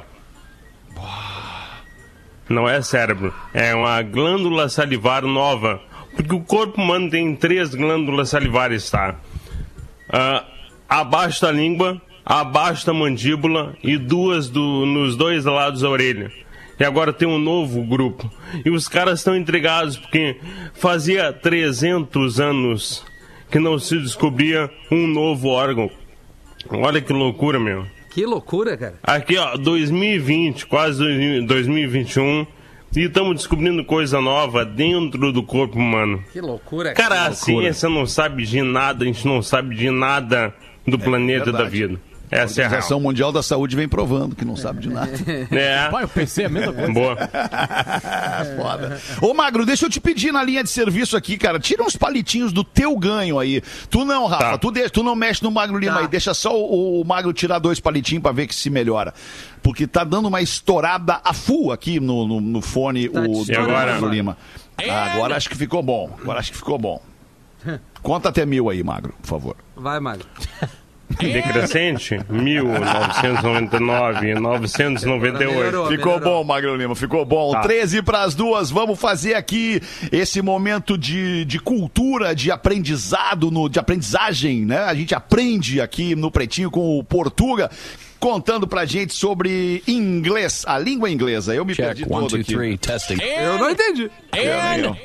Não é cérebro, é uma glândula salivar nova. Porque o corpo humano tem três glândulas salivares, tá? Ah, abaixo da língua, abaixo da mandíbula e duas do, nos dois lados da orelha. E agora tem um novo grupo. E os caras estão intrigados porque fazia trezentos anos que não se descobria um novo órgão. Olha que loucura, meu. Que loucura, cara. Aqui, ó, dois mil e vinte, quase dois mil e vinte e um, e estamos descobrindo coisa nova dentro do corpo humano. Que loucura, Cara, a loucura. ciência não sabe de nada, a gente não sabe de nada do planeta verdade. da vida. A Essa é a Organização real. Mundial da Saúde vem provando que não sabe de nada. É, Pai, eu pensei a mesma coisa. boa. Foda. Ô, Magro, deixa eu te pedir na linha de serviço aqui, cara. Tira uns palitinhos do teu ganho aí. Tu não, Rafa, Tá. tu, deixa, tu não mexe no Magro Lima Tá. aí. Deixa só o, o Magro tirar dois palitinhos pra ver que se melhora. Porque tá dando uma estourada a full aqui no, no, no fone Tá o te do estourando, Magro mano. Lima. Ah, agora acho que ficou bom. Agora acho que ficou bom. Conta até mil aí, Magro, por favor. Vai, Magro. Decrescente, mil novecentos e noventa e nove, novecentos e noventa e oito. Melhorou. Ficou bom, Magro Lima, ficou bom. Tá. treze para as duas, vamos fazer aqui esse momento de, de cultura, de aprendizado, no, de aprendizagem, né? A gente aprende aqui no Pretinho com o Portuga, contando pra gente sobre inglês, a língua inglesa. Eu me perdi todo aqui. Eu não entendi. Eu-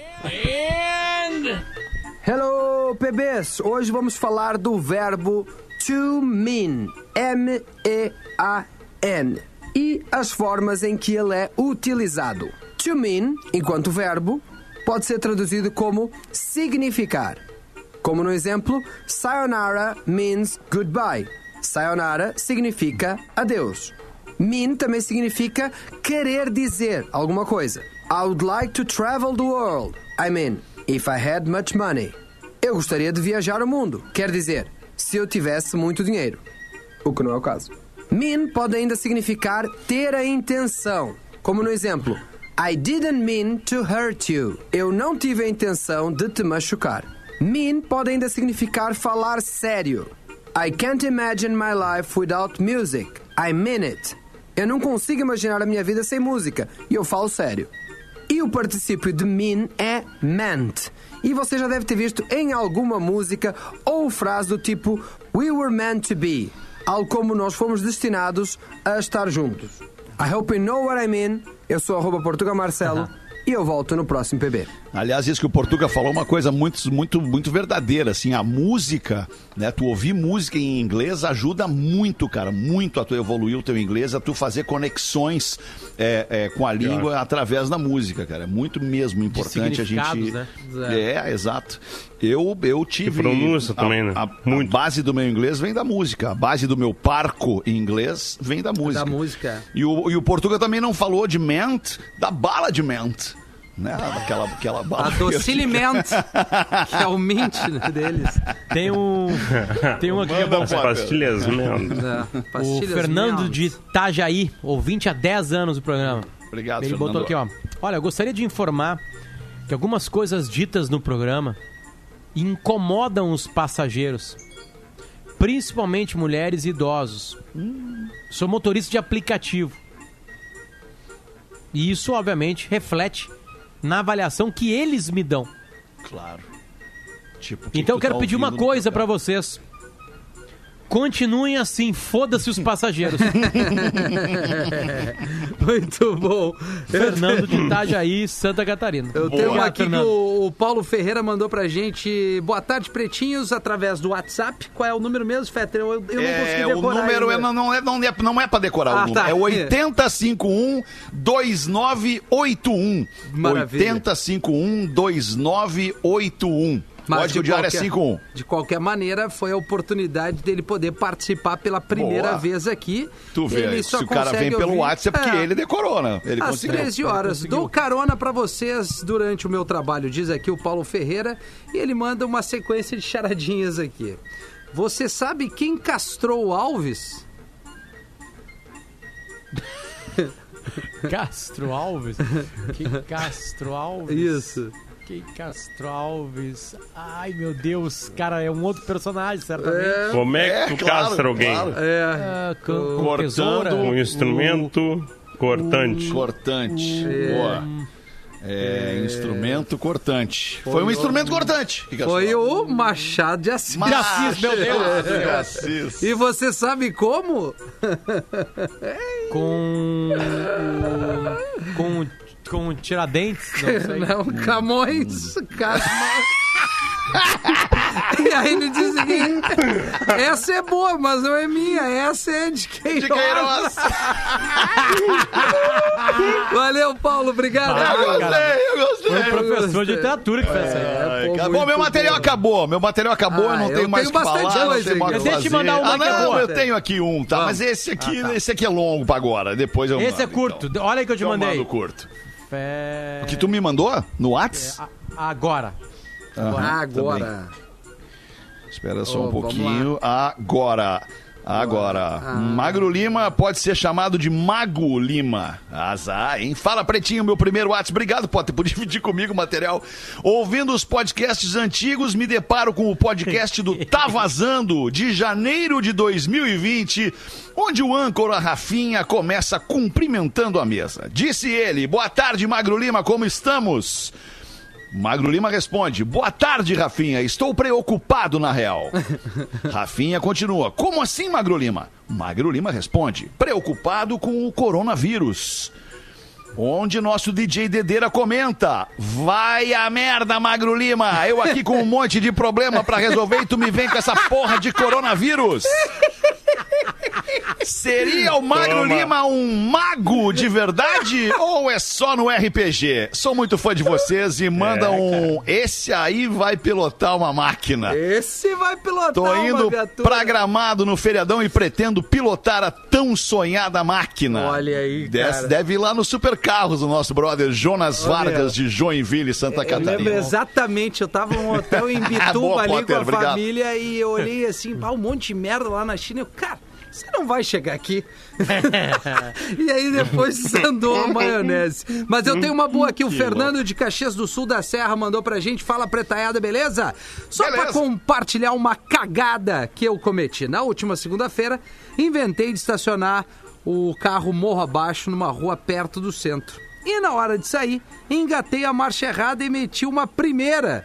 Hello, P Bs! Hoje vamos falar do verbo to mean, M E A N. E as formas em que ele é utilizado. To mean, enquanto verbo, pode ser traduzido como significar. Como no exemplo, sayonara means goodbye. Sayonara significa adeus. Mean também significa querer dizer alguma coisa. I would like to travel the world. I mean, if I had much money. Eu gostaria de viajar o mundo. Quer dizer, se eu tivesse muito dinheiro. O que não é o caso. Mean pode ainda significar ter a intenção. Como no exemplo, I didn't mean to hurt you. Eu não tive a intenção de te machucar. Mean pode ainda significar falar sério. I can't imagine my life without music. I mean it. Eu não consigo imaginar a minha vida sem música. E eu falo sério. E o particípio de mean é meant. E você já deve ter visto em alguma música ou frase do tipo We were meant to be. Algo como nós fomos destinados a estar juntos. I hope you know what I mean. Eu sou arroba Portuga Marcelo. Uh-huh. E eu volto no próximo P B. Aliás, isso que o Portuga falou é uma coisa muito, muito, muito verdadeira, assim, a música, né, tu ouvir música em inglês ajuda muito, cara, muito a tu evoluir o teu inglês, a tu fazer conexões é, é, com a língua claro. Através da música, cara, é muito mesmo importante a gente... Né? É, exato. Eu, eu tive... pronúncia a, também, né? A, a, a base do meu inglês vem da música, a base do meu parco em inglês vem da música. Da música. E o, e o Portuga também não falou de ment, da bala de ment. Né? Aquela, aquela bala. A Dociliment, que é o mint deles. Tem um. Tem um aqui. As pastilhas mesmo. O Fernando meals. De Itajaí, ouvinte há dez anos do programa. Obrigado, Ele Fernando. botou aqui, ó. Olha, eu gostaria de informar que algumas coisas ditas no programa incomodam os passageiros, principalmente mulheres e idosos. Hum. Sou motorista de aplicativo. E isso, obviamente, reflete na avaliação que eles me dão. Claro. Tipo, que então eu que quero tá pedir uma coisa pra vocês. Continuem assim, foda-se os passageiros. Muito bom. Fernando de Itajaí, Santa Catarina. Eu Boa. tenho uma aqui Fernando. que o, o Paulo Ferreira mandou pra gente. Boa tarde, pretinhos, através do WhatsApp. Qual é o número mesmo, Fetter? Eu, eu não é, consegui decorar. O número ainda. é, não, é, não, é, não é pra decorar ah, o número. Tá. É oito zero cinco um, dois nove oito um. Maravilha. oito zero cinco um, dois nove oito um. Mas Código de área é cinco um. De qualquer maneira, foi a oportunidade dele poder participar pela primeira Boa. Vez aqui. Tu vê, ele se só o cara vem pelo ouvir... WhatsApp é porque é. Ele decorou, né? Ele Às conseguiu. treze horas. Dou carona pra vocês durante o meu trabalho, diz aqui o Paulo Ferreira. E ele manda uma sequência de charadinhas aqui. Você sabe quem castrou o Alves? Castro Alves? Quem Castro Alves? Isso. Quem Castro Alves? Ai, meu Deus, cara, é um outro personagem, certamente. É. Como é que tu é, claro, castra alguém? Claro. É. Uh, com, com tesoura. Um instrumento uh, cortante. Uh, cortante. É. Boa. É, é, instrumento cortante. Foi, Foi um instrumento cortante. Que Foi o Machado de Assis. Machado de Assis, meu Deus. De Assis. E você sabe como? Com... Com... Com Tiradentes? Não, sei. Não, Camões. Camões. E aí ele diz o seguinte: essa é boa, mas não é minha, essa é de Queiroz. De Queiroz. Valeu, Paulo, obrigado. Ah, eu gostei, eu gostei. Foi o professor de literatura que fez isso aí. É, acabou, meu material bom. acabou, meu material acabou, ah, eu não tenho eu mais o que falar. Coisa, não eu tenho que mandar uma ah, que é boa. Eu tenho aqui um, tá? Mas esse aqui, ah, tá. esse aqui é longo pra agora, depois eu Esse mando, é curto, então. Olha aí que eu te eu mandei. Eu mando curto. Fé... O que tu me mandou? No WhatsApp? É, agora. Agora. Agora. Espera só oh, um pouquinho. Agora. Agora. Ah. Magro Lima pode ser chamado de Mago Lima. Azar, hein? Fala, Pretinho, meu primeiro WhatsApp. Obrigado, Potter, por dividir comigo o material. Ouvindo os podcasts antigos, me deparo com o podcast do Tá Vazando, de janeiro de dois mil e vinte, onde o âncora Rafinha começa cumprimentando a mesa. Disse ele: boa tarde, Magro Lima, como estamos? Magro Lima responde: boa tarde, Rafinha, estou preocupado na real. Rafinha continua: como assim, Magro Lima? Magro Lima responde: preocupado com o coronavírus. Onde nosso D J Dedeira comenta: vai a merda, Magro Lima, eu aqui com um monte de problema pra resolver e tu me vem com essa porra de coronavírus. Seria o Magro Toma. Lima um mago de verdade ou é só no R P G? Sou muito fã de vocês e manda É, um... Esse aí vai pilotar uma máquina. Esse vai pilotar Tô uma indo viatura. pra Gramado no feriadão e pretendo pilotar a tão sonhada máquina. Olha aí, Des- cara. Deve ir lá no Supercarros, o nosso brother Jonas Olha. Vargas de Joinville, Santa Eu lembro Catarina. exatamente, eu tava num hotel em Bituba Boa, ali Potter, com a obrigado. família e eu olhei assim, pá, um monte de merda lá na China. Eu, cara, você não vai chegar aqui. E aí depois andou a maionese. Mas eu tenho uma boa aqui, o Fernando de Caxias do Sul da Serra mandou pra gente. Fala, pretaiada, beleza? Só Beleza. pra compartilhar uma cagada que eu cometi. Na última segunda-feira, inventei de estacionar o carro morro abaixo numa rua perto do centro. E na hora de sair, engatei a marcha errada e meti uma primeira.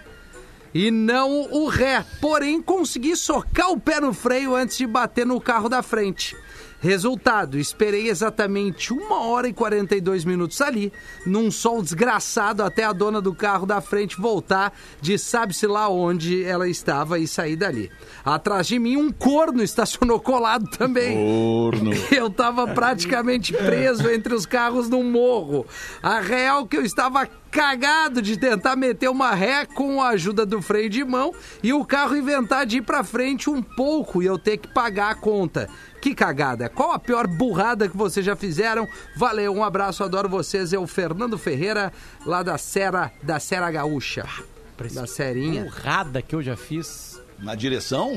E não o ré. Porém, consegui socar o pé no freio antes de bater no carro da frente. Resultado, esperei exatamente uma hora e quarenta e dois minutos ali, num sol desgraçado, até a dona do carro da frente voltar de sabe-se lá onde ela estava e sair dali. Atrás de mim, um corno estacionou colado também. Corno. Eu tava praticamente preso entre os carros num morro. A real que eu estava cagado de tentar meter uma ré com a ajuda do freio de mão e o carro inventar de ir pra frente um pouco e eu ter que pagar a conta. Que cagada. Qual a pior burrada que vocês já fizeram? Valeu, um abraço, adoro vocês. É o Fernando Ferreira, lá da Serra, da Serra Gaúcha. Da Serinha. Burrada que eu já fiz. Na direção?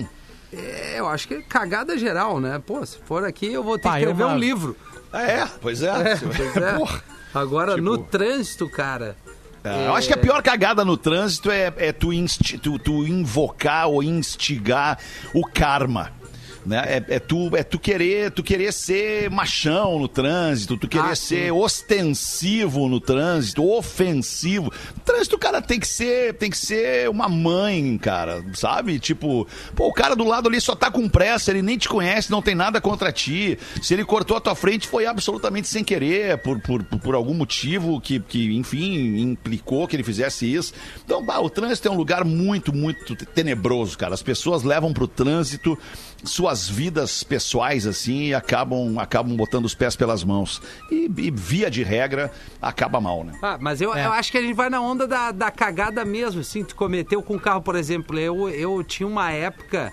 É, eu acho que é cagada geral, né? Pô, se for aqui eu vou ter Pá, que eu escrever um uma- livro. É, pois é. É, pois é. Porra. Agora, Tipo- no trânsito, cara... É, eu acho que a pior cagada no trânsito é, é tu, insti- tu- tu invocar ou instigar o karma. Né? É, é, tu, é tu, querer, tu querer ser machão no trânsito, tu querer Ah, ser sim. ostensivo no trânsito, ofensivo. No trânsito, o cara tem que ser, tem que ser uma mãe, cara, sabe? Tipo, pô, o cara do lado ali só tá com pressa, ele nem te conhece, não tem nada contra ti. Se ele cortou a tua frente, foi absolutamente sem querer, por, por, por algum motivo que, que, enfim, implicou que ele fizesse isso. Então, bah, o trânsito é um lugar muito, muito tenebroso, cara. As pessoas levam pro trânsito suas vidas pessoais, assim, e acabam, acabam botando os pés pelas mãos. E, e, via de regra, acaba mal, né? Ah, mas eu, É. eu acho que a gente vai na onda da, da cagada mesmo, assim, tu cometeu com o carro, por exemplo. Eu, eu tinha uma época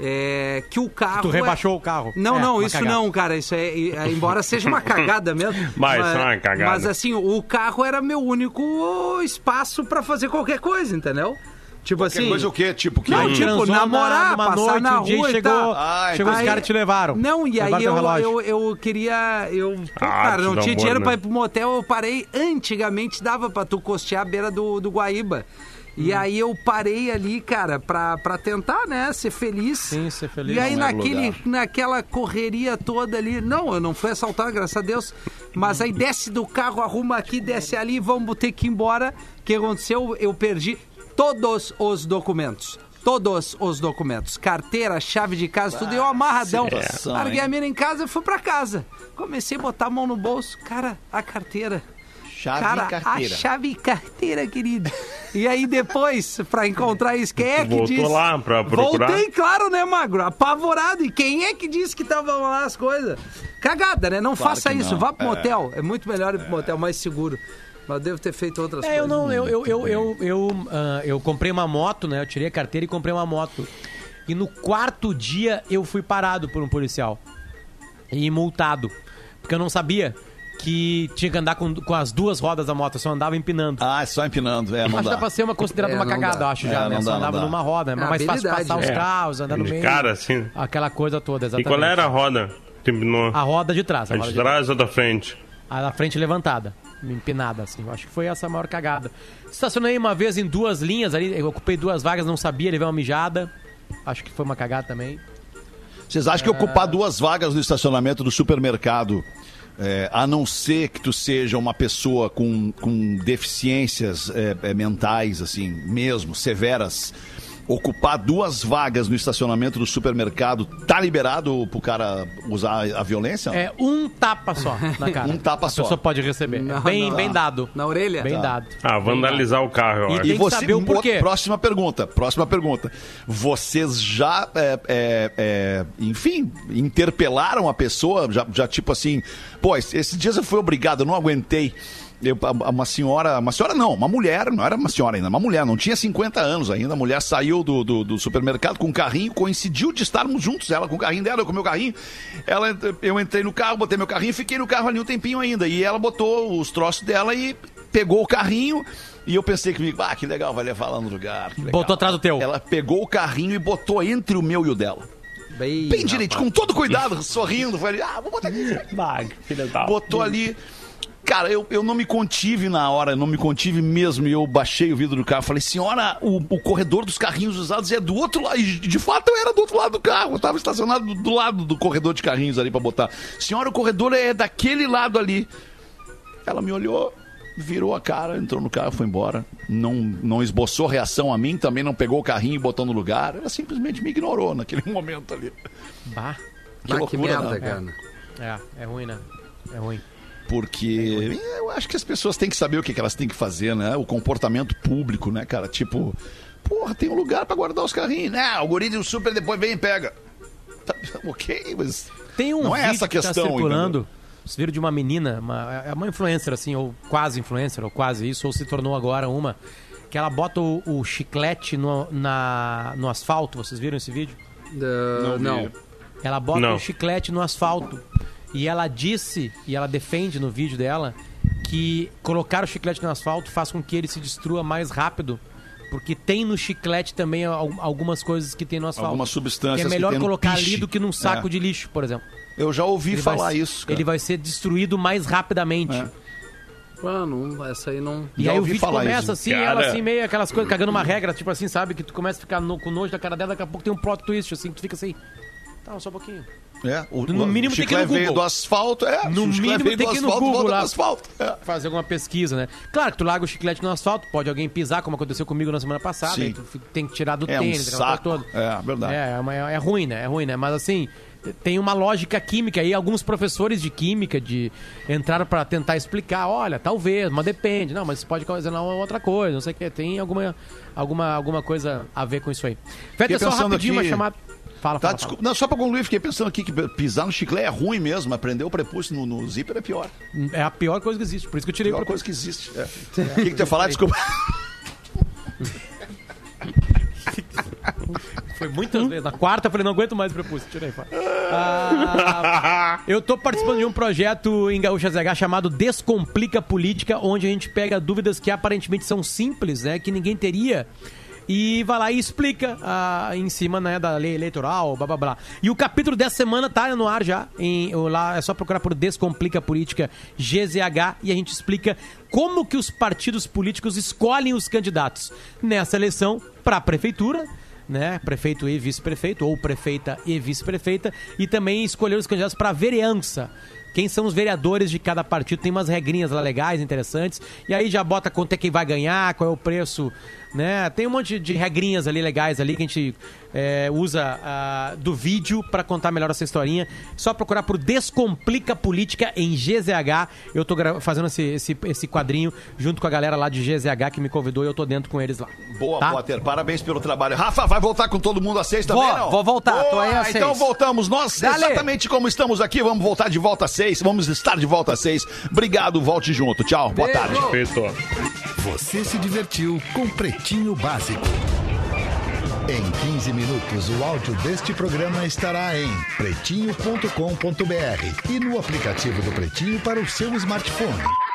é, que o carro... Tu é- rebaixou o carro. Não, É, não, uma isso cagada. não, cara. Isso é, é- embora seja uma cagada mesmo. Mas é uma cagada. Mas assim, o carro era meu único espaço pra fazer qualquer coisa, entendeu? Tipo Qualquer assim... coisa o quê? Tipo que... Não, Aí tipo, transou namorar, numa passar noite, na um dia rua e chegou, tal. Ah, chegou os Aí- caras te levaram. Não, e aí Levaram teu eu, relógio. eu, eu queria. Eu, pô, Ah, cara, te não dá um tinha bom, dinheiro né? pra ir pro motel, eu parei. Antigamente dava pra tu costear a beira do, do Guaíba. E aí eu parei ali, cara, pra, pra tentar, né, ser feliz. Sim, ser feliz. E aí Não é naquele, lugar. naquela correria toda ali. Não, eu não fui assaltado, graças a Deus. Mas aí desce do carro, arruma aqui, desce ali, vamos ter que ir embora. O que aconteceu? Eu perdi todos os documentos. Todos os documentos. Carteira, chave de casa, tudo. E eu amarradão. situação, Larguei hein? a mina em casa e fui pra casa. Comecei a botar a mão no bolso. Cara, a carteira. Chave Cara, e carteira. a chave e carteira, querido. E aí depois, pra encontrar isso, quem é que Voltou disse? lá pra procurar? Voltei, claro, né, Magro? Apavorado. E quem é que disse que estavam lá as coisas? Cagada, né? Não Claro faça que isso. não. Vá pro É. motel. É muito melhor ir pro motel, mais seguro. Mas eu devo ter feito outras É, eu coisas. não, eu, eu, eu, eu, eu, ah, eu comprei uma moto, né? Eu tirei a carteira e comprei uma moto. E no quarto dia eu fui parado por um policial. E multado. Porque eu não sabia que tinha que andar com, com as duas rodas da moto, eu só andava empinando. Ah, só empinando, é, não acho que dá. dá pra ser uma considerada É, uma não cagada, dá. eu acho É, já, não né? dá, Só não andava dá. numa roda, é É, mais fácil habilidade, passar os é. carros, andar no De meio. cara, assim. Aquela coisa toda, E exatamente. qual era a roda? que empinou? A roda de trás. A A roda de de trás ou da frente? A da frente levantada, empinada, assim. Eu acho que foi essa a maior cagada. Estacionei uma vez em duas linhas ali, eu ocupei duas vagas, não sabia, levei uma mijada. Acho que foi uma cagada também. Vocês acham que ocupar duas vagas no estacionamento do supermercado, é, a não ser que tu seja uma pessoa com, com deficiências é, é, mentais, assim, mesmo, severas, ocupar duas vagas no estacionamento do supermercado, tá liberado pro cara usar a violência? É um tapa só na cara. Um tapa a só. A pessoa pode receber. Não, bem, não. bem dado. Na orelha? Bem Tá. dado. Ah, vandalizar o carro, eu E acho. tem que saber o porquê. Próxima pergunta, próxima pergunta. Vocês já, é, é, é, enfim, interpelaram a pessoa, já, já tipo assim, pô, esses dias eu fui obrigado, eu não aguentei. Eu, uma senhora, uma senhora não, uma mulher, não era uma senhora ainda, uma mulher, não tinha cinquenta anos ainda, a mulher saiu do, do, do supermercado com um carrinho, coincidiu de estarmos juntos, ela com o carrinho dela, eu com o meu carrinho, ela, eu entrei no carro, botei meu carrinho, fiquei no carro ali um tempinho ainda, e ela botou os troços dela e pegou o carrinho, e eu pensei que, ah, que legal, vai levar lá no lugar, que legal. Botou atrás do teu. Ela pegou o carrinho e botou entre o meu e o dela. Bem, Bem direito, com todo cuidado, sorrindo, foi ali, ah, vou botar aqui. Botou ali. Cara, eu, eu não me contive na hora, não me contive mesmo. E eu baixei o vidro do carro. Falei, senhora, o, o corredor dos carrinhos usados é do outro lado. E de fato eu era do outro lado do carro. Eu tava estacionado do, do lado do corredor de carrinhos ali pra botar. Senhora, o corredor é daquele lado ali. Ela me olhou, virou a cara, entrou no carro, foi embora. Não, não esboçou reação a mim, também não pegou o carrinho e botou no lugar. Ela simplesmente me ignorou naquele momento ali. Bah. Que ah, loucura, que merda, né? cara. É, é ruim, né? É ruim. Porque eu acho que as pessoas têm que saber o que, que elas têm que fazer, né? O comportamento público, né, cara? Tipo, porra, tem um lugar pra guardar os carrinhos. Né? O guri do super depois vem e pega. Tá, ok, mas Tem um não é vídeo essa a que tá questão. circulando. Entendeu? Vocês viram de uma menina, uma, é uma influencer, assim, ou quase influencer, ou quase isso, ou se tornou agora uma, que ela bota o, o chiclete no, na, no asfalto. Vocês viram esse vídeo? Uh, não. Ela bota Não. o chiclete no asfalto. E ela disse, e ela defende no vídeo dela, que colocar o chiclete no asfalto faz com que ele se destrua mais rápido. Porque tem no chiclete também al- algumas coisas que tem no asfalto. Algumas substâncias que é melhor que tem no colocar piche. ali do que num saco É. de lixo, por exemplo. Eu já ouvi Ele falar vai, isso, cara. Ele vai ser destruído mais rapidamente. É. Ah, não, essa aí não... E Já aí o ouvi vídeo falar começa isso. assim, Cara. ela assim, meio aquelas coisas, cagando uma regra, tipo assim, sabe? Que tu começa a ficar no, com nojo da cara dela, daqui a pouco tem um plot twist, assim, que tu fica assim, tá, só um pouquinho. É, o, No o mínimo tem que ir no chiclete veio Google. do asfalto, é. No o chiclete mínimo veio tem do que ir no asfalto, Google volta lá. do asfalto. É. Fazer alguma pesquisa, né? Claro que tu larga o chiclete no asfalto, pode alguém pisar, como aconteceu comigo na semana passada, Sim. aí tu fi- tem que tirar do É um tênis, aquela saco. coisa toda. É, verdade. É, é, uma- é ruim, né? É ruim, né? Mas assim, tem uma lógica química aí, alguns professores de química de entraram pra tentar explicar, olha, talvez, mas depende. Não, mas pode causar uma outra coisa, não sei o que. Tem alguma, alguma, alguma coisa a ver com isso aí. Feta, só pensando rapidinho aqui- uma chamada. Fala, Tá, fala, desculpa. fala. Não, só pra concluir, fiquei pensando aqui que pisar no chiclete é ruim mesmo, mas prender o prepúcio no, no zíper é pior. É a pior coisa que existe, por isso que eu tirei É o uma propósito. coisa que existe. É. O que, que tu ia falar? Desculpa. Foi muitas vezes. Na quarta eu falei, não aguento mais o prepúcio. Tirei, fala. Ah, eu tô participando de um projeto em Gaúcha Z H chamado Descomplica Política, onde a gente pega dúvidas que aparentemente são simples, né? Que ninguém teria. E vai lá e explica ah, em cima, né, da lei eleitoral, blá blá blá. E o capítulo dessa semana tá no ar já. Em, lá é só procurar por Descomplica Política G Z H e a gente explica como que os partidos políticos escolhem os candidatos nessa eleição para a prefeitura, né, prefeito e vice-prefeito, ou prefeita e vice-prefeita, e também escolher os candidatos para vereança. Quem são os vereadores de cada partido, tem umas regrinhas lá legais, interessantes, e aí já bota quanto é quem vai ganhar, qual é o preço, né? Tem um monte de regrinhas ali legais ali que a gente é, usa uh, do vídeo para contar melhor essa historinha. Só procurar por Descomplica Política em G Z H. Eu tô gra- fazendo esse, esse, esse quadrinho junto com a galera lá de G Z H que me convidou e eu tô dentro com eles lá. Boa, Tá? Potter. Parabéns pelo trabalho. Rafa, vai voltar com todo mundo às seis também, Vou, não? vou voltar, tô aí às seis. Então voltamos. Nós, Dale. exatamente como estamos aqui, vamos voltar de volta às seis. Vamos estar de volta às seis. Obrigado, volte junto. Tchau, boa Beijo. tarde. Feito. Você se divertiu com Pretinho Básico. Em quinze minutos, o áudio deste programa estará em pretinho ponto com ponto br e no aplicativo do Pretinho para o seu smartphone.